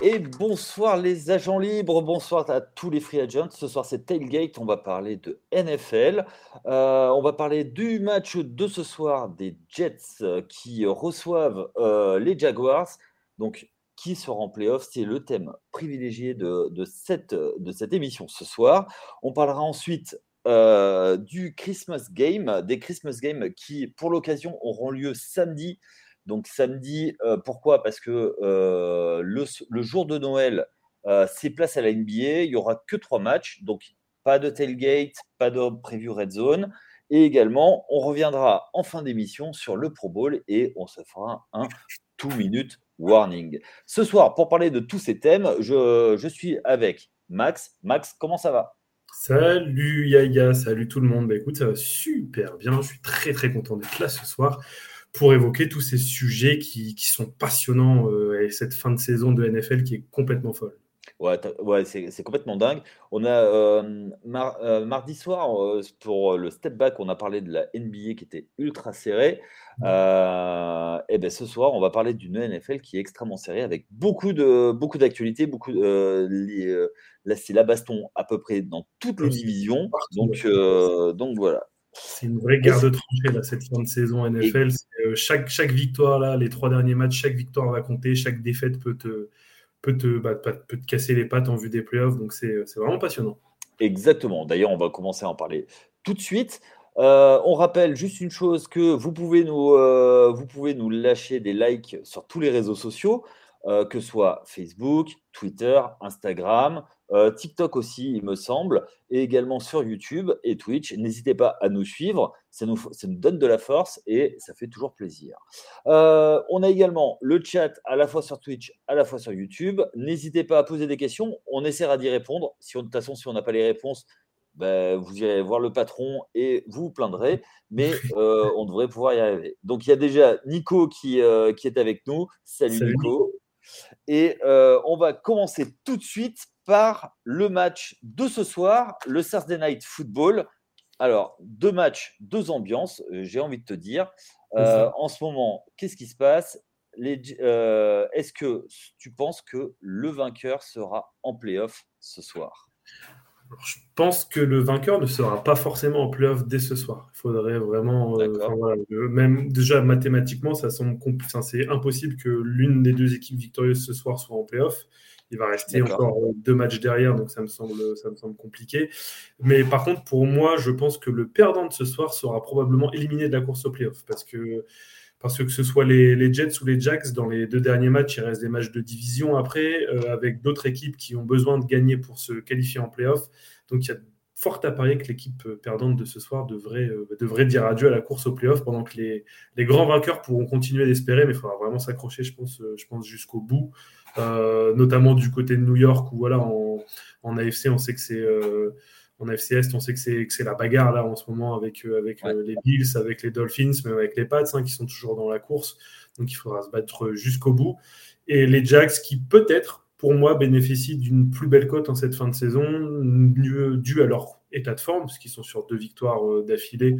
Et bonsoir les agents libres, bonsoir à tous les free agents. Ce soir c'est Tailgate, on va parler de NFL. On va parler du match de ce soir des Jets qui reçoivent les Jaguars. Donc qui sera en playoff, c'est le thème privilégié de cette émission ce soir. On parlera ensuite du Christmas Game, des Christmas Games qui pour l'occasion auront lieu samedi. Donc samedi, pourquoi? Parce que le jour de Noël, c'est place à la NBA. Il n'y aura que 3 matchs, donc pas de tailgate, pas de preview red zone. Et également, on reviendra en fin d'émission sur le Pro Bowl et on se fera un 2-minute warning. Ce soir, pour parler de tous ces thèmes, je suis avec Max. Max, comment ça va? Salut Yaya, salut tout le monde. Bah écoute, ça va super bien. Je suis très très content d'être là ce soir pour évoquer tous ces sujets qui sont passionnants et cette fin de saison de NFL qui est complètement folle. Ouais, ouais, c'est complètement dingue. On a mardi soir pour le step back, on a parlé de la NBA qui était ultra serrée. Et ben ce soir, on va parler d'une NFL qui est extrêmement serrée avec beaucoup d'actualités, là c'est la baston à peu près dans toutes les Comme c'est divisions. partout, Donc ouais. donc voilà. C'est une vraie guerre Est-ce- de tranchées là, cette fin de saison et- NFL. Chaque victoire là, les 3 derniers matchs, chaque victoire va compter, chaque défaite peut te casser les pattes en vue des playoffs. Donc c'est vraiment passionnant. Exactement. D'ailleurs, on va commencer à en parler tout de suite. On rappelle juste une chose que vous pouvez nous lâcher des likes sur tous les réseaux sociaux, que ce soit Facebook, Twitter, Instagram, TikTok aussi, il me semble, et également sur YouTube et Twitch. N'hésitez pas à nous suivre, ça nous donne de la force et ça fait toujours plaisir. On a également le chat à la fois sur Twitch, à la fois sur YouTube. N'hésitez pas à poser des questions, on essaiera d'y répondre. De toute façon, si on n'a pas les réponses, ben, vous irez voir le patron et vous vous plaindrez, mais on devrait pouvoir y arriver. Donc il y a déjà Nico qui est avec nous. Salut Salut Nico. Nico. Et on va commencer tout de suite par le match de ce soir, le Thursday Night Football. Alors, 2 matchs, 2 ambiances, j'ai envie de te dire. C'est ça. En ce moment, qu'est-ce qui se passe? Est-ce que tu penses que le vainqueur sera en playoff ce soir? Alors, je pense que le vainqueur ne sera pas forcément en playoff dès ce soir. Il faudrait vraiment, enfin, D'accord. voilà, même déjà mathématiquement, enfin, c'est impossible que l'une des deux équipes victorieuses ce soir soit en playoff. Il va rester D'accord. encore 2 matchs derrière, donc ça me semble compliqué. Mais par contre, pour moi, je pense que le perdant de ce soir sera probablement éliminé de la course au playoff parce que ce soit les Jets ou les Jacks, dans les 2 derniers matchs, il reste des matchs de division après, avec d'autres équipes qui ont besoin de gagner pour se qualifier en playoff. Donc il y a fort à parier que l'équipe perdante de ce soir devrait dire adieu à la course au playoff, pendant que les grands vainqueurs pourront continuer d'espérer, mais il faudra vraiment s'accrocher, je pense jusqu'au bout. Notamment du côté de New York, où voilà, en AFC, on sait que c'est en AFC Est, on sait que c'est la bagarre là en ce moment avec Ouais. les Bills, avec les Dolphins, même avec les Pats, qui sont toujours dans la course. Donc il faudra se battre jusqu'au bout. Et les Jags qui peut-être, pour moi, bénéficient d'une plus belle cote en cette fin de saison, due à leur état de forme, parce qu'ils sont sur 2 victoires d'affilée,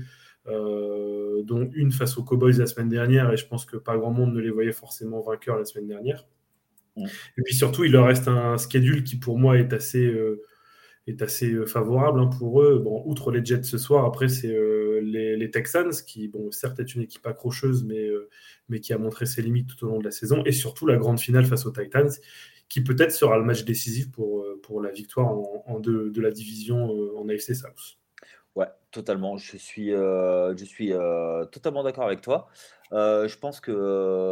dont une face aux Cowboys la semaine dernière, et je pense que pas grand monde ne les voyait forcément vainqueurs la semaine dernière. Mm. Et puis surtout, il leur reste un schedule qui pour moi est assez favorable pour eux. Bon, outre les Jets ce soir, après, c'est les Texans, qui, bon, certes, est une équipe accrocheuse, mais qui a montré ses limites tout au long de la saison. Et surtout, la grande finale face aux Titans, qui peut-être sera le match décisif pour la victoire de la division en AFC South. Ouais, totalement. Je suis totalement d'accord avec toi. Je pense que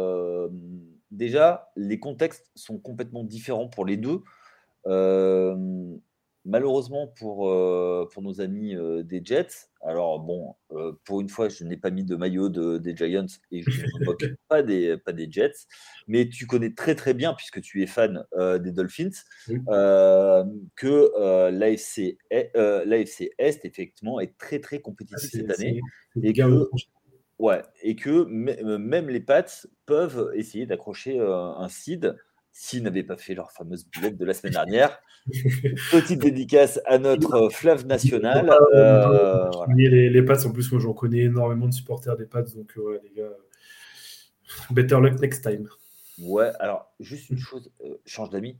déjà, les contextes sont complètement différents pour les deux. Euh, Malheureusement pour nos amis des Jets, alors bon, pour une fois, je n'ai pas mis de maillot des Giants et je ne me moque pas des Jets, mais tu connais très très bien, puisque tu es fan des Dolphins, Oui. que l'AFC Est, effectivement, est très très Ah, compétitif cette c'est année une et guerre de que tranchées. ouais, et que même les Pats peuvent essayer d'accrocher un seed s'ils n'avaient pas fait leur fameuse boulette de la semaine dernière. Petite dédicace à notre Flav national. On va pas Voilà. souligner les Pats. En plus, moi, j'en connais énormément de supporters des Pats. Donc, ouais, les gars, better luck next time. Ouais, alors juste une chose, change d'amis?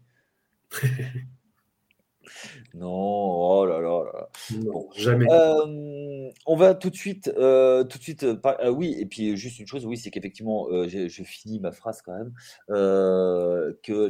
Non, oh là là là là. Non, Bon, jamais. on va tout de suite, oui et puis juste une chose, oui, c'est qu'effectivement, je finis ma phrase quand même, que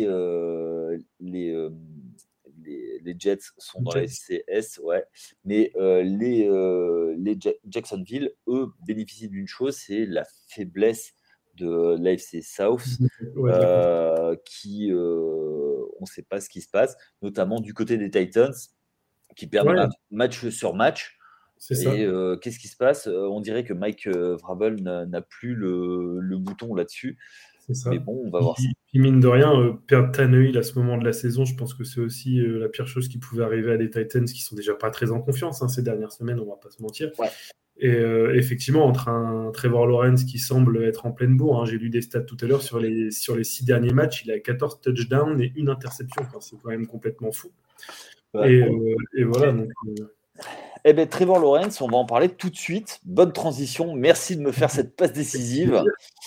les Jets sont dans la Jets. FCS, ouais, mais les Jacksonville, eux, bénéficient d'une chose, c'est la faiblesse de l'AFC South, Ouais, de la conf. qui, on ne sait pas ce qui se passe, notamment du côté des Titans, qui perdent Ouais, match sur match. c'est Et ça. qu'est-ce qui se passe? On dirait que Mike Vrabel n'a plus le bouton là-dessus. C'est Mais ça. bon, on va voir ça. Puis mine de rien, perdre Tannehill à ce moment de la saison, je pense que c'est aussi la pire chose qui pouvait arriver à des Titans qui sont déjà pas très en confiance, hein, ces dernières semaines, on va pas se mentir. Ouais. Et effectivement, entre un Trevor Lawrence qui semble être en pleine bourre, hein, j'ai lu des stats tout à l'heure sur les 6 derniers matchs, il a 14 touchdowns et une interception. Enfin, c'est quand même complètement fou. Ouais. Et voilà, donc Eh bien, Trevor Lawrence, on va en parler tout de suite. Bonne transition. Merci de me faire cette passe décisive.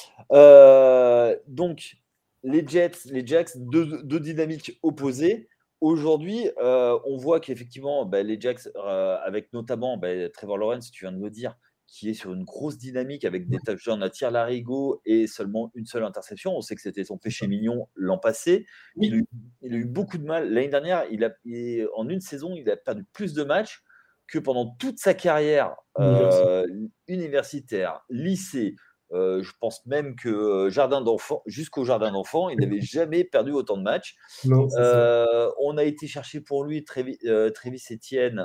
Donc, les Jets, les Jacks, deux dynamiques opposées. Aujourd'hui, on voit qu'effectivement, les Jacks, avec notamment Trevor Lawrence, tu viens de le dire, qui est sur une grosse dynamique avec des touchdowns à tir larigot et seulement une seule interception. On sait que c'était son c'est ça. péché mignon l'an passé. Il a, Oui, eu, il a eu beaucoup de mal. L'année dernière, en une saison, il a perdu plus de matchs que pendant toute sa carrière université. universitaire, lycée, je pense même que jardin d'enfants, jusqu'au jardin d'enfants, il n'avait jamais perdu autant de matchs. Non, c'est ça. On a été chercher pour lui Travis Etienne,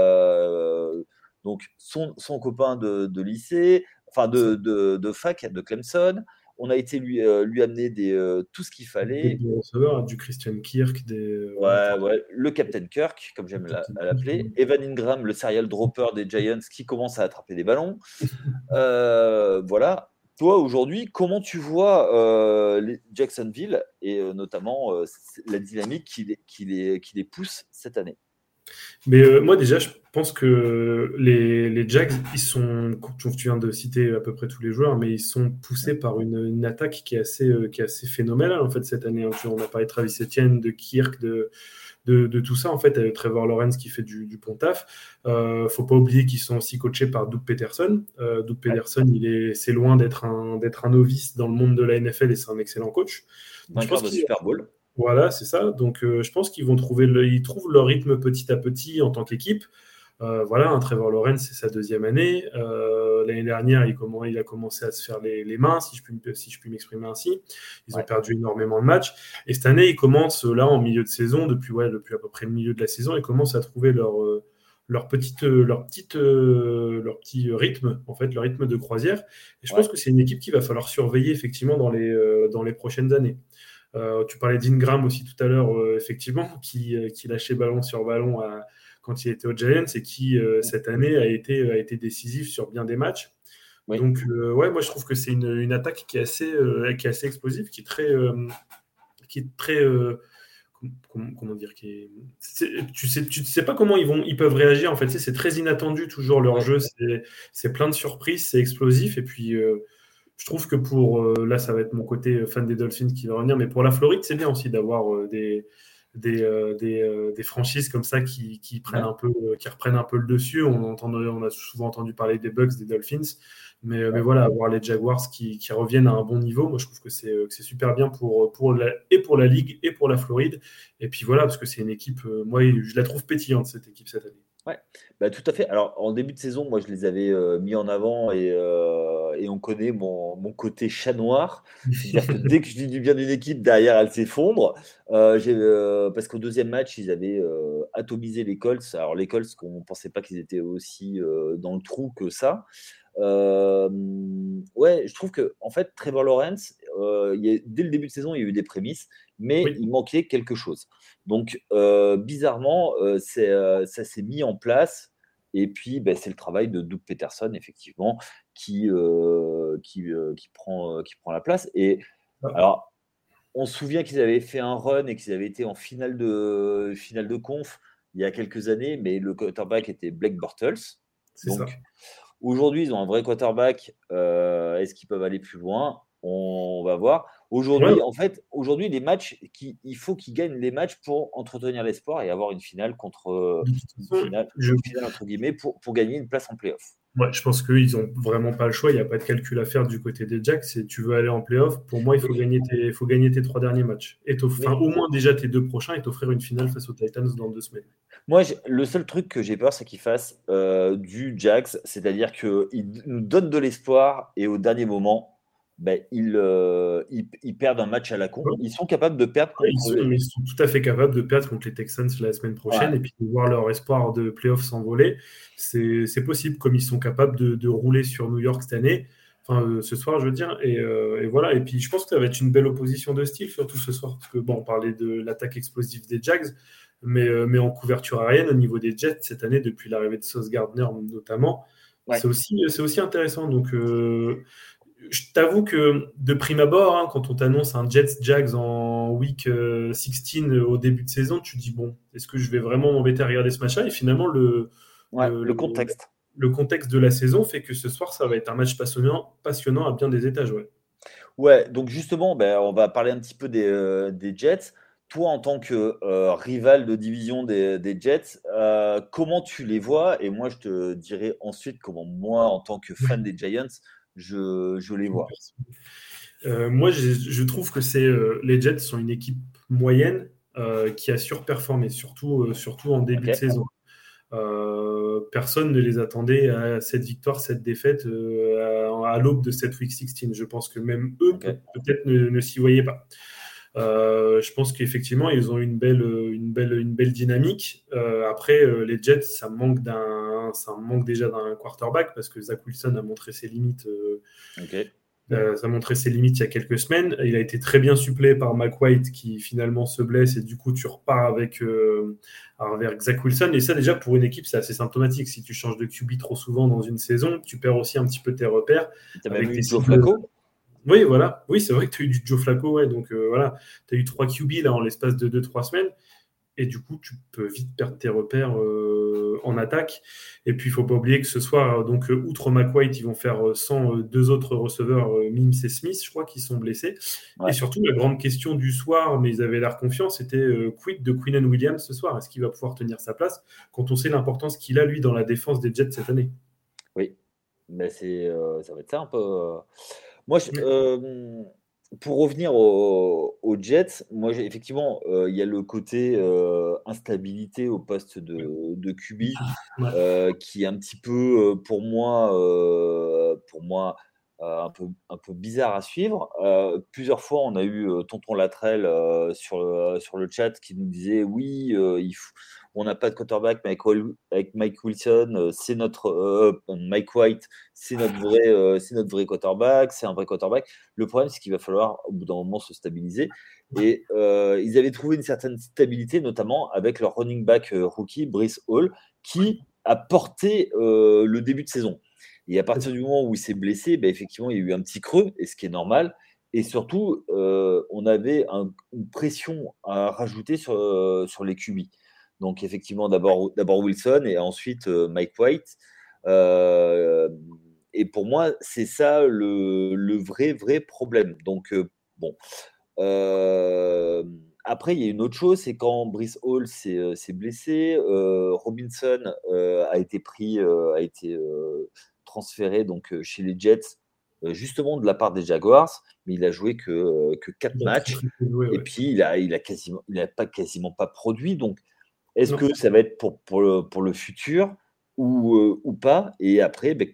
donc son copain de lycée, enfin C'est ça. de fac, de Clemson. On a été lui amener tout ce qu'il Des fallait. bons receveurs, du Christian Kirk, voilà, Ouais, ouais, le Captain Kirk, comme j'aime l'appeler. Evan Ingram, le serial dropper des Giants qui commence à attraper des ballons. Voilà. Toi, aujourd'hui, comment tu vois les Jacksonville et notamment la dynamique qui les pousse cette année? Mais moi, déjà, je pense que les Jags, ils sont, tu viens de citer à peu près tous les joueurs, mais ils sont poussés par une attaque qui est assez phénoménale, en fait, cette année, hein. On a parlé de Travis Etienne, de Kirk, de tout ça, en fait, Trevor Lawrence qui fait du bon taf. Faut pas oublier qu'ils sont aussi coachés par Doug Peterson. Doug Ouais, Peterson, c'est loin d'être un novice dans le monde de la NFL et c'est un excellent coach. Donc, je vainqueur pense de qu'il Super Bowl. voilà, c'est ça. Donc, je pense qu'ils vont ils trouvent leur rythme petit à petit en tant qu'équipe. Voilà, un Trevor Lawrence, c'est sa deuxième année. L'année dernière, il a commencé à se faire les mains, si je puis m'exprimer ainsi. Ils ont Ouais, perdu énormément de matchs. Et cette année, ils commencent là en milieu de saison, depuis à peu près le milieu de la saison, ils commencent à trouver leur petit rythme, en fait, leur rythme de croisière. Et je pense ouais, que c'est une équipe qu'il va falloir surveiller effectivement dans les prochaines années. Tu parlais d'Ingram aussi tout à l'heure, effectivement, qui lâchait ballon sur ballon quand il était aux Giants et qui, cette année, a été décisif sur bien des matchs. oui. Donc, ouais, moi, je trouve que c'est une attaque qui est assez explosive, qui est très comment dire, tu sais pas comment ils peuvent réagir en fait. Tu sais, c'est très inattendu toujours leur Ouais. jeu, c'est plein de surprises, c'est explosif et puis je trouve que pour là ça va être mon côté fan des Dolphins qui va revenir, mais pour la Floride c'est bien aussi d'avoir des franchises comme ça qui prennent Ouais, un peu, qui reprennent un peu le dessus. On a souvent entendu parler des Bucks, des Dolphins, mais ouais. voilà, avoir les Jaguars qui reviennent à un bon niveau, moi je trouve que c'est super bien et pour la Ligue et pour la Floride. Et puis voilà, parce que c'est une équipe, moi je la trouve pétillante cette équipe cette année. Ouais, tout à fait. Alors, en début de saison, moi, je les avais mis en avant et on connaît mon côté chat noir. C'est-à-dire que dès que je dis du bien d'une équipe, derrière, elle s'effondre. Parce qu'au deuxième match, ils avaient atomisé les Colts. Alors, les Colts, qu'on ne pensait pas qu'ils étaient aussi dans le trou que ça. Euh, ouais, je trouve que en fait, Trevor Lawrence, dès le début de saison, il y a eu des prémices, mais Oui, il manquait quelque chose. Donc, bizarrement, ça s'est mis en place. Et puis, c'est le travail de Doug Peterson, effectivement, qui prend la place. Et alors, on se souvient qu'ils avaient fait un run et qu'ils avaient été en finale de conf il y a quelques années, mais le quarterback était Blake Bortles. c'est ça. Donc, aujourd'hui, ils ont un vrai quarterback. Est-ce qu'ils peuvent aller plus loin? On va voir. Ouais, Aujourd'hui, en fait, aujourd'hui, les matchs, il faut qu'ils gagnent les matchs pour entretenir l'espoir et avoir une finale contre de toute façon, une finale entre guillemets pour gagner une place en playoff. ouais, je pense qu'ils n'ont vraiment pas le choix. Il n'y a pas de calcul à faire du côté des Jacks. Si tu veux aller en playoff, pour moi, Oui, il faut gagner tes 3 derniers matchs. Enfin, mais au moins déjà tes 2 prochains et t'offrir une finale face aux Titans dans 2 semaines. moi, le seul truc que j'ai peur, c'est qu'ils fassent du Jags, c'est-à-dire qu'ils nous donnent de l'espoir et au dernier moment, ben, ils perdent un match à la con. Ouais, Ils sont capables de perdre ouais, contre. ils sont tout à fait capables de perdre contre les Texans la semaine prochaine Ouais, et puis de voir leur espoir de playoff s'envoler. C'est possible, comme ils sont capables de rouler sur New York cette année. Enfin, ce soir, je veux dire. Et voilà. Et puis, je pense que ça va être une belle opposition de style, surtout ce soir. Parce que, bon, on parlait de l'attaque explosive des Jags, mais en couverture aérienne, au niveau des Jets, cette année, depuis l'arrivée de Sauce Gardner notamment, ouais. c'est aussi intéressant. Donc, je t'avoue que de prime abord, hein, quand on t'annonce un Jets Jags en week 16 au début de saison, tu te dis bon, est-ce que je vais vraiment m'embêter à regarder ce match-là? Et finalement, Ouais, le, le le, contexte. le contexte de la saison fait que ce soir, ça va être un match passionnant à bien des étages. Ouais. Ouais, donc justement, ben, on va parler un petit peu des Jets. Toi, en tant que rival de division des Jets, comment tu les vois? Et moi, je te dirai ensuite comment moi, en tant que fan des Giants, je les vois. Moi, je trouve que les Jets sont une équipe moyenne qui a surperformé, surtout en début de Ok? saison. Personne ne les attendait à cette victoire, cette défaite à l'aube de cette Week 16. Je pense que même eux, Ok. peut-être ne s'y voyaient pas. Je pense qu'effectivement, ils ont une belle dynamique. Après, les Jets, ça manque déjà d'un quarterback parce que Zach Wilson a montré ses limites Ok. ça montrait ses limites il y a quelques semaines. Il a été très bien suppléé par Mike White qui finalement se blesse et du coup tu repars avec Zach Wilson. Et ça déjà pour une équipe c'est assez symptomatique. Si tu changes de QB trop souvent dans une saison, tu perds aussi un petit peu tes repères Tu as même avec tes eu Joe cibles. Flacco? Oui, voilà. Oui, c'est vrai que tu as eu du Joe Flacco. Ouais, donc voilà, tu as eu 3 QB là en l'espace de 2 3 semaines. Et du coup, tu peux vite perdre tes repères en attaque. Et puis, il ne faut pas oublier que ce soir, donc, outre McWhite, ils vont faire sans deux autres receveurs, Mims et Smith, je crois, qui sont blessés. Et Ouais. surtout, la grande question du soir, mais ils avaient l'air confiants, c'était quid de Quinnen Williams ce soir? Est-ce qu'il va pouvoir tenir sa place quand on sait l'importance qu'il a, lui, dans la défense des Jets cette année? Oui. Mais ça va être ça un peu. Moi, Ouais, pour revenir aux Jets, moi, effectivement, il y a le côté instabilité au poste de QB ouais, qui est un petit peu, pour moi un peu bizarre à suivre. Plusieurs fois, on a eu Tonton Latrell sur le chat qui nous disait oui, on n'a pas de quarterback, mais avec Mike Wilson, c'est notre Mike White, c'est notre vrai quarterback, c'est un vrai quarterback. Le problème, c'est qu'il va falloir au bout d'un moment se stabiliser. Et ils avaient trouvé une certaine stabilité, notamment avec leur running back rookie, Brice Hall, qui a porté le début de saison. Et à c'est partir ça. du moment où il s'est blessé, ben, effectivement, il y a eu un petit creux, et ce qui est normal. Et surtout, on avait une pression à rajouter sur les QB. Donc, effectivement, d'abord Wilson et ensuite Mike White. Euh, et pour moi, c'est ça le vrai problème. Donc, bon. Euh, Après, il y a une autre chose, c'est quand Brice Hall s'est blessé, Robinson a été transféré donc chez les Jets, justement de la part des Jaguars, mais il a joué que 4 Il a très, matchs très peu joué, et ouais. puis il a pas quasiment pas produit. Donc, est-ce Non. que ça va être pour le futur ou pas? Et après, ben,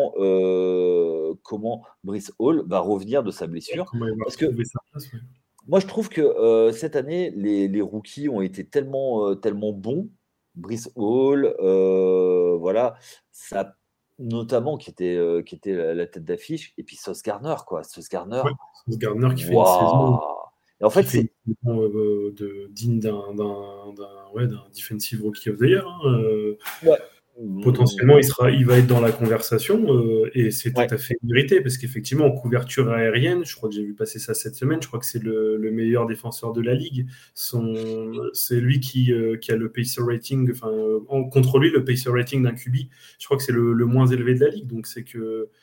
comment Brice Hall va revenir de sa blessure? Comment il va Parce que retrouver sa place, ouais. moi, je trouve que cette année, les rookies ont été tellement bons. Brice Hall, voilà, ça, notamment qui était la tête d'affiche. Et puis Sauce Gardner, quoi. Sauce Gardner, Ouais. Sauce Gardner waouh! Et en qui fait, fait une c'est saison digne ouais, d'un Defensive Rookie of the Year. Hein. ouais, mmh, Potentiellement, il va être dans la conversation et c'est tout ouais, à fait mérité parce qu'effectivement, en couverture aérienne, je crois que j'ai vu passer ça cette semaine, je crois que c'est le meilleur défenseur de la ligue. C'est lui qui a le pacer rating, enfin, contre lui, le pacer rating d'un QB, je crois que c'est le moins élevé de la ligue. Donc,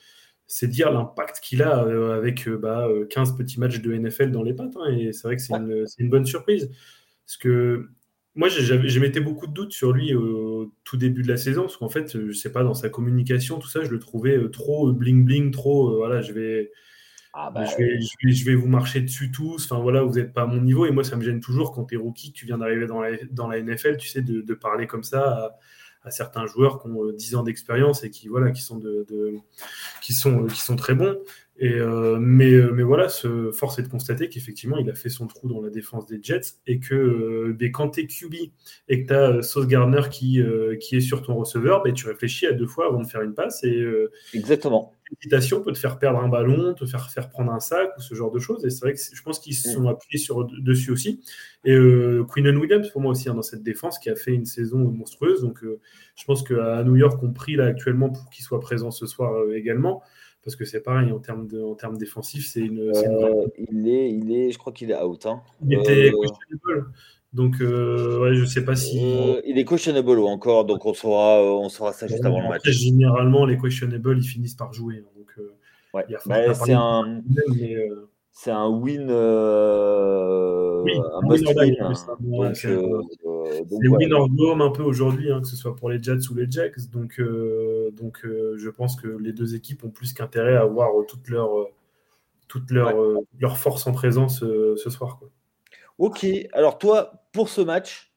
c'est dire l'impact qu'il a avec 15 petits matchs de NFL dans les pattes. Hein, et c'est vrai que Ouais. c'est une bonne surprise. Parce que moi, j'émettais beaucoup de doutes sur lui au tout début de la saison. Parce qu'en fait, je sais pas, dans sa communication, tout ça, je le trouvais trop bling-bling, trop, voilà, Ah je bah, vais, je vais vous marcher dessus tous. Enfin voilà, vous n'êtes pas à mon niveau. Et moi, ça me gêne toujours quand tu es rookie, que tu viens d'arriver dans la NFL, tu sais, de parler comme ça à certains joueurs qui ont 10 ans d'expérience et qui, voilà, qui sont très bons. Mais voilà, force est de constater qu'effectivement, il a fait son trou dans la défense des Jets et que quand tu es QB et que tu as Sauce Gardner qui est sur ton receveur, tu réfléchis à deux fois avant de faire une passe et exactement. l'hésitation peut te faire perdre un ballon, te faire prendre un sac ou ce genre de choses. Et c'est vrai que je pense qu'ils se Mm. sont appuyés dessus aussi. Et Quinnen Williams, pour moi aussi, hein, dans cette défense, qui a fait une saison monstrueuse. Donc je pense qu'à New York, on prie là actuellement pour qu'il soit présent ce soir également. Parce que c'est pareil, en termes défensifs, c'est une vraie. Je crois qu'il est out. Hein. Il était questionable. Donc, ouais, je sais pas si. Il est questionable encore, donc on saura ça juste avant le Bon, après, match. généralement, les questionable, ils finissent par jouer. Hein. Donc, Ouais. il y a fort Bah, à parier pour un problème, mais. c'est un win, Oui, un un win must or die. win. Oui, Donc c'est voilà. win or go home un peu aujourd'hui, hein, que ce soit pour les Jets ou les Jacks. Donc je pense que les deux équipes ont plus qu'intérêt à avoir Ouais. leur force en présence ce soir. Quoi. Ok. Alors toi, pour ce match,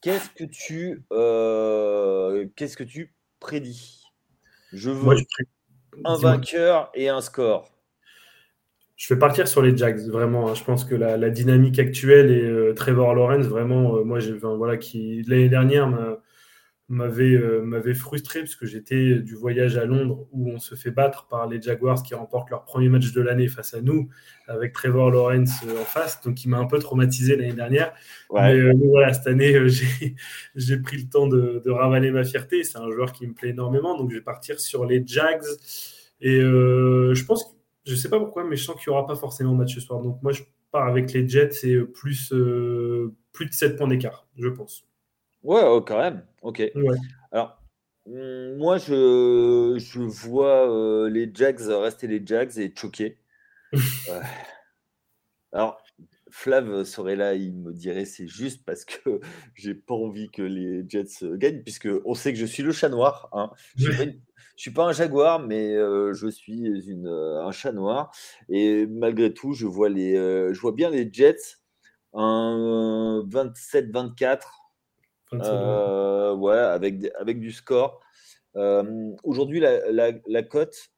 qu'est-ce que tu prédis? Je Moi, veux un dis-moi. vainqueur et un score. Je vais partir sur les Jags, vraiment. Hein. Je pense que la dynamique actuelle et Trevor Lawrence, vraiment, moi, voilà, qui l'année dernière m'avait frustré parce que j'étais du voyage à Londres où on se fait battre par les Jaguars qui remportent leur premier match de l'année face à nous avec Trevor Lawrence en face, donc il m'a un peu traumatisé l'année dernière. Ouais. Mais voilà, cette année, j'ai pris le temps de ravaler ma fierté. C'est un joueur qui me plaît énormément, donc je vais partir sur les Jags. Et je pense, je sais pas pourquoi, mais je sens qu'il n'y aura pas forcément de match ce soir. Donc moi, je pars avec les Jets et plus de 7 points d'écart, je pense. Ouais, oh, quand même. Ok. Ouais. Alors, moi, je vois les Jags rester les Jags et choquer. Euh, alors, Flav serait là, il me dirait c'est juste parce que j'ai pas envie que les Jets gagnent, puisque on sait que je suis le chat noir. Hein. Je suis pas un jaguar, mais je suis un chat noir. Et malgré tout, je vois bien les Jets un 27-24. 27. Ouais, avec du score. Aujourd'hui, la cote,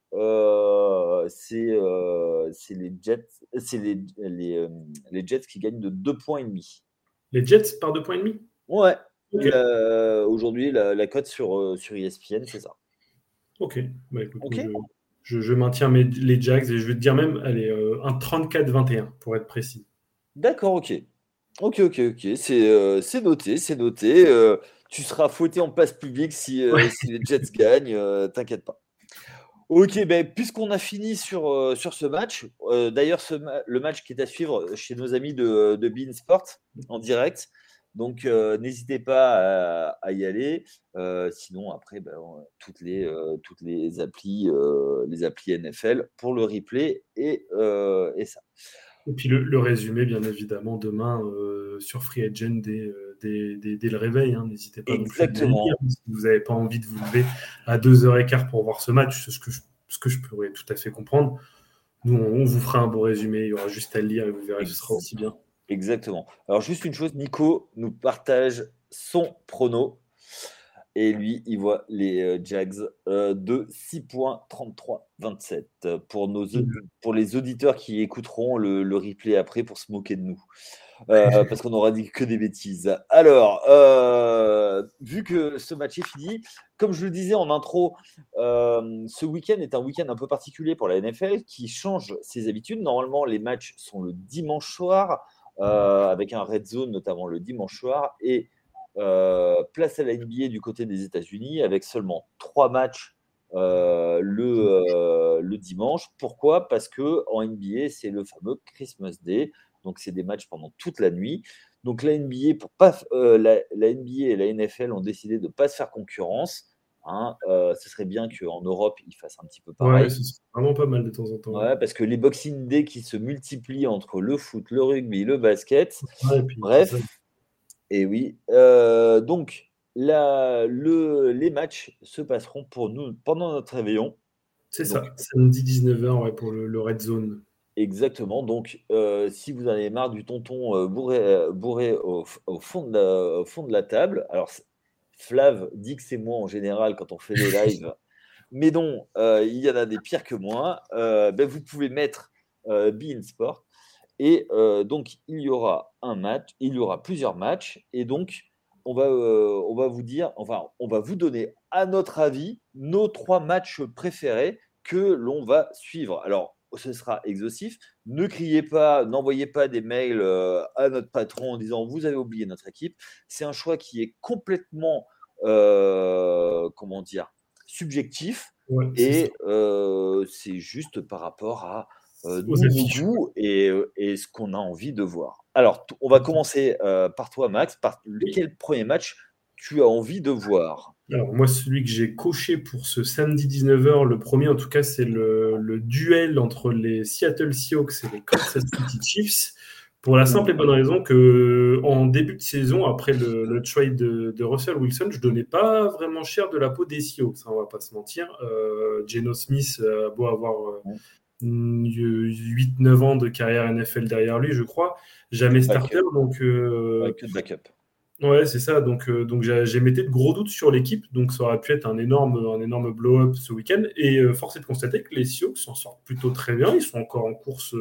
c'est les Jets, c'est les Jets qui gagnent de 2,5 points. Les Jets par 2 points et demi. Ouais, Ok, aujourd'hui, la cote sur ESPN, c'est ça. ok. Bah écoute, Ok. moi je maintiens les Jags et je vais te dire même, allez, un 34-21 pour être précis. D'accord, ok. Ok. C'est noté, c'est noté. Tu seras fouetté en place publique si les Jets gagnent, t'inquiète pas. Ok, ben, puisqu'on a fini sur ce match, d'ailleurs, le match qui est à suivre chez nos amis de Bein Sport en direct. Donc, n'hésitez pas à y aller. Sinon, après, ben, toutes les applis NFL pour le replay et ça. Et puis le résumé, bien évidemment, demain sur Free Agent dès le réveil. Hein. N'hésitez pas non plus à bien lire. Exactement. Si vous n'avez pas envie de vous lever à 2h15 pour voir ce match, ce que je pourrais tout à fait comprendre. Nous, on vous fera un beau résumé. Il y aura juste à le lire et vous verrez, ce sera Ex- aussi bien. Exactement. Alors, juste une chose, Nico nous partage son prono. Et lui, il voit les Jags de 6 points 33-27 pour les auditeurs qui écouteront le replay après pour se moquer de nous. Parce qu'on aura dit que des bêtises. Alors, vu que ce match est fini, comme je le disais en intro, ce week-end est un week-end un peu particulier pour la NFL qui change ses habitudes. Normalement, les matchs sont le dimanche soir, avec un red zone notamment le dimanche soir, et place à la NBA du côté des États-Unis avec seulement 3 matchs le dimanche. Pourquoi? Parce que en NBA, c'est le fameux Christmas Day. Donc, c'est des matchs pendant toute la nuit. Donc, la NBA, la NBA et la NFL ont décidé de ne pas se faire concurrence. Hein. Ce serait bien qu'en Europe, ils fassent un petit peu Ouais, pareil. c'est vraiment pas mal de temps en temps. Ouais. Ouais, parce que les Boxing Day qui se multiplient entre le foot, le rugby, le basket, Ouais, et puis c'est ça. bref, et oui. Donc, les matchs se passeront pour nous pendant notre réveillon. C'est Donc, ça, samedi 19h ouais, pour le Red Zone. exactement. Donc, si vous en avez marre du tonton bourré au fond de la table, alors Flav dit que c'est moi en général quand on fait les lives, mais non, il y en a des pires que moi. Ben, vous pouvez mettre Be In Sport. Et donc, il y aura un match, il y aura plusieurs matchs. Et donc, on va vous dire, enfin, on va vous donner, à notre avis, nos 3 matchs préférés que l'on va suivre. Alors, ce sera exhaustif. Ne criez pas, n'envoyez pas des mails à notre patron en disant vous avez oublié notre équipe. C'est un choix qui est complètement, comment dire, subjectif. Ouais, c'est ça. Et c'est juste par rapport à Aux nous, nos affiches. goûts et ce qu'on a envie de voir. Alors, on va commencer par toi, Max. Par Oui. quel premier match tu as envie de voir? Alors moi, celui que j'ai coché pour ce samedi 19h, le premier en tout cas, c'est le duel entre les Seattle Seahawks et les Kansas City Chiefs. Pour la simple et bonne raison que en début de saison, après le trade de Russell Wilson, je donnais pas vraiment cher de la peau des Seahawks, hein, on va pas se mentir. Geno Smith a beau avoir 8-9 ans de carrière NFL derrière lui, je crois, Que jamais de starter, backup. donc Ouais, que de backup. ouais, c'est ça. Donc j'ai metté de gros doutes sur l'équipe. Donc ça aurait pu être un énorme blow-up ce week-end. Et force est de constater que les Seahawks s'en sortent plutôt très bien. Ils sont encore en course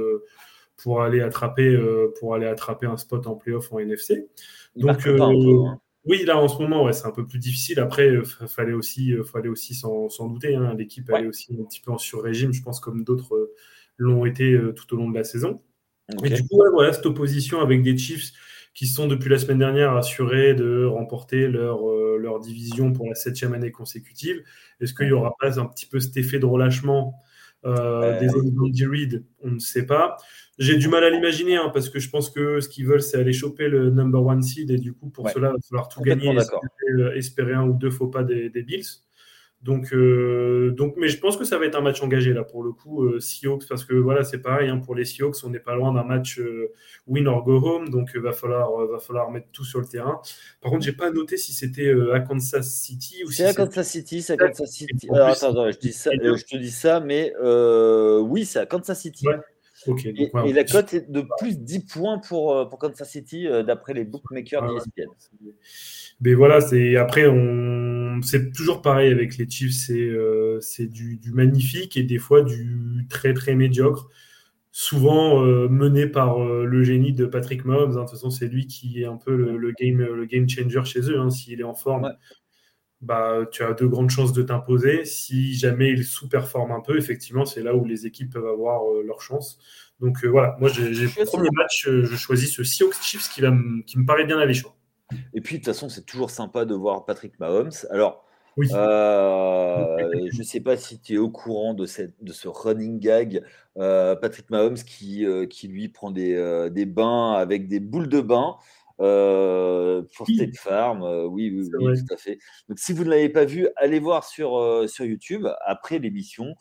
pour aller attraper un spot en playoff en NFC. Il marque Donc le pas un peu. Hein. oui, là en ce moment, ouais, c'est un peu plus difficile. Après, fallait aussi s'en douter. Hein. L'équipe Ouais. allait aussi un petit peu en sur-régime, je pense, comme d'autres l'ont été tout au long de la saison. Et Ok. du coup, ouais, voilà, cette opposition avec des Chiefs qui sont depuis la semaine dernière assurés de remporter leur division pour la 7e année consécutive. Est-ce qu'il n'y Mhm. aura pas un petit peu cet effet de relâchement des Ouais. hommes d'Andy Reid? On ne sait pas. J'ai du mal à l'imaginer parce que je pense que ce qu'ils veulent, c'est aller choper le number one seed et du coup, pour Ouais. cela, il va falloir tout Complètement gagner et d'accord. espérer un ou deux faux pas des Bills. Mais je pense que ça va être un match engagé là pour le coup, Seahawks, parce que voilà, c'est pareil, hein, pour les Seahawks, on n'est pas loin d'un match win or go home, donc va falloir mettre tout sur le terrain. Par contre, j'ai pas noté si c'était à Kansas City ou C'est si à c'était. Kansas City, c'est à Kansas City. En Alors, plus, attends, attends, je dis ça, je te dis ça, mais oui, c'est à Kansas City. ouais, ok, donc ouais, Et la cote est de plus 10 points pour Kansas City, d'après les bookmakers ouais, d'ESPN. ouais. Mais voilà, c'est toujours pareil avec les Chiefs, c'est du magnifique et des fois du très très médiocre. Souvent mené par le génie de Patrick Mahomes. Hein. De toute façon, c'est lui qui est un peu Mm. le game changer chez eux. Hein. S'il est en forme, Ouais. bah, tu as de grandes chances de t'imposer. Si jamais il sous-performe un peu, effectivement, c'est là où les équipes peuvent avoir leur chance. Donc voilà, moi, Je suis assez premier d'accord. match, je choisis ce Seahawks Chiefs qui me paraît bien alléchant. Et puis, de toute façon, c'est toujours sympa de voir Patrick Mahomes. Alors, Oui. je ne sais pas si tu es au courant de ce running gag, Patrick Mahomes qui lui prend des bains avec des boules de bain pour Oui, State Farm. Oui, oui, c'est oui, vrai. tout à fait. Donc, si vous ne l'avez pas vu, allez voir sur YouTube après l'émission.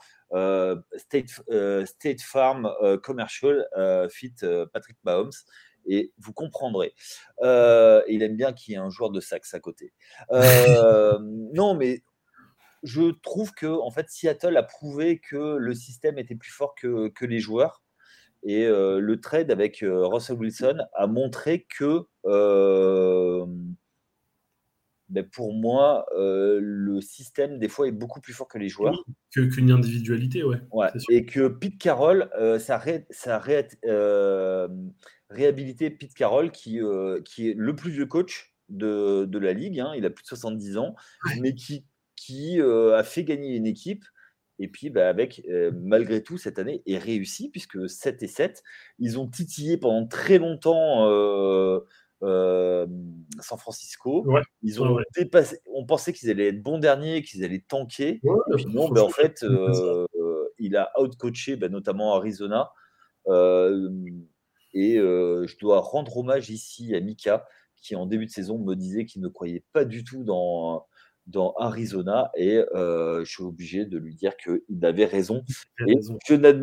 State Farm Commercial fit Patrick Mahomes et vous comprendrez. Il aime bien qu'il y ait un joueur de sax à côté. Non, mais je trouve que en fait, Seattle a prouvé que le système était plus fort que les joueurs. Et le trade avec Russell Wilson a montré que, ben, pour moi, le système, des fois, est beaucoup plus fort que les Oui, joueurs. qu'une individualité, ouais, Ouais. c'est sûr. Et que Pete Carroll, réhabilité Pete Carroll, qui est le plus vieux coach de la ligue, hein, il a plus de 70 ans, mais qui a fait gagner une équipe. Et puis, bah, avec, malgré tout, cette année est réussi, puisque 7-7, ils ont titillé pendant très longtemps euh, San Francisco. Ouais, Ils ouais, ont ouais. dépassé, on pensait qu'ils allaient être bons derniers, qu'ils allaient tanker. Et Ouais, puis non, ben en franchement, fait, j'aime bien ça. il a outcoaché notamment Arizona. Euh, et je dois rendre hommage ici à Mika, qui en début de saison me disait qu'il ne croyait pas du tout dans Arizona et je suis obligé de lui dire qu'il avait raison. T'as Et raison.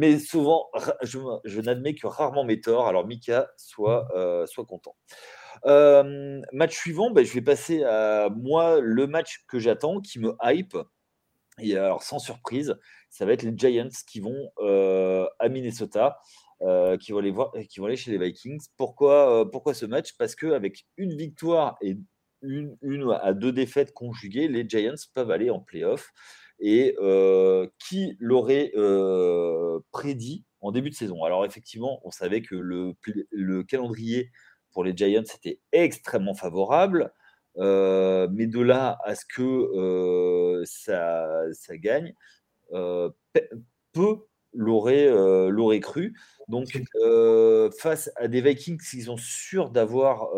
je n'admets que rarement mes torts. Alors Mika, sois content. Match suivant, je vais passer à moi le match que j'attends, qui me hype. Et alors, sans surprise, ça va être les Giants qui vont à Minnesota, qui vont aller chez les Vikings. Pourquoi ce match? Parce qu'avec une victoire et une à deux défaites conjuguées, les Giants peuvent aller en playoff. Et qui l'aurait prédit en début de saison? Alors, effectivement, on savait que le calendrier pour les Giants était extrêmement favorable. Mais de là à ce que ça gagne, peu l'aurait cru. Donc, face à des Vikings qui sont sûrs d'avoir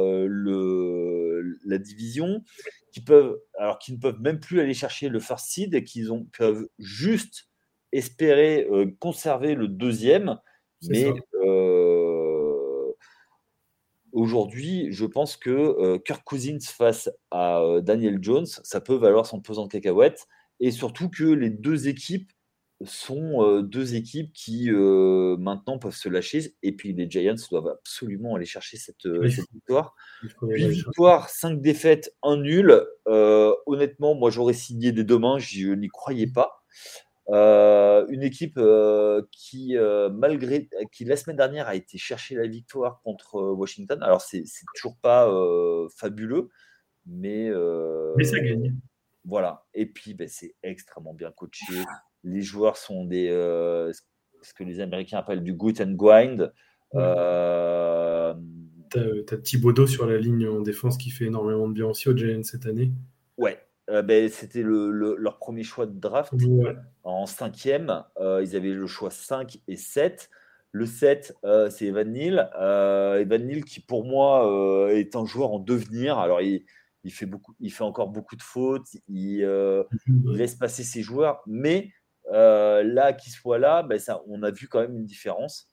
la division, qui ne peuvent même plus aller chercher le first seed et peuvent juste espérer conserver le deuxième. Mais aujourd'hui, je pense que Kirk Cousins face à Daniel Jones, ça peut valoir son pesant de cacahuètes. Et surtout que les deux équipes sont deux équipes qui maintenant peuvent se lâcher. Et puis les Giants doivent absolument aller chercher cette victoire. 8 victoires, 5 défaites, 1 nul. Honnêtement, moi j'aurais signé dès demain, je n'y croyais pas. Une équipe qui la semaine dernière a été chercher la victoire contre Washington. Alors c'est toujours pas fabuleux, mais ça gagne. Voilà. Et puis c'est extrêmement bien coaché. Les joueurs sont ce que les Américains appellent du grit and grind. T'as Thibodeau sur la ligne en défense qui fait énormément de bien aussi aux Giants cette année. Ouais. C'était leur premier choix de draft. Ouais. En 5e, ils avaient le choix 5 et 7. Le 7, c'est Evan Neal. Evan Neal qui, pour moi, est un joueur en devenir. Alors, il fait encore beaucoup de fautes. Il laisse passer ses joueurs. Mais là, qu'il soit là, on a vu quand même une différence.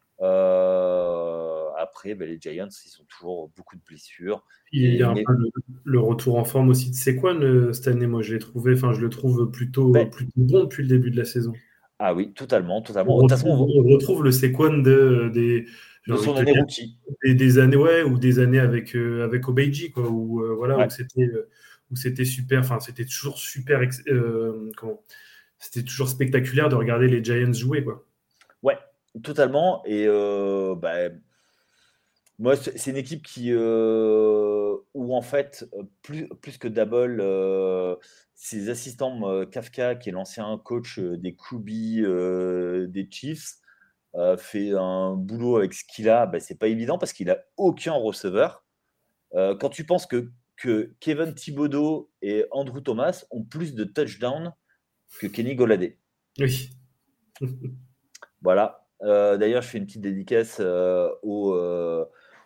Après, les Giants, ils ont toujours beaucoup de blessures. Il y a un peu le retour en forme aussi de Saquon cette année. Moi, je le trouve plutôt bon depuis le début de la saison. Ah oui, totalement. On retrouve le Saquon de son année rookie. Des années, ou des années avec Obeji, quoi, où c'était super. Enfin, c'était toujours super. C'était toujours spectaculaire de regarder les Giants jouer, quoi. Ouais, totalement. Et moi, c'est une équipe où en fait, plus que Dabble, ses assistants, Kafka, qui est l'ancien coach des QB des Chiefs, fait un boulot avec ce qu'il a. C'est pas évident parce qu'il a aucun receveur. Quand tu penses que Kevin Thibodeau et Andrew Thomas ont plus de touchdowns que Kenny Golladay. Oui. Voilà. D'ailleurs, je fais une petite dédicace au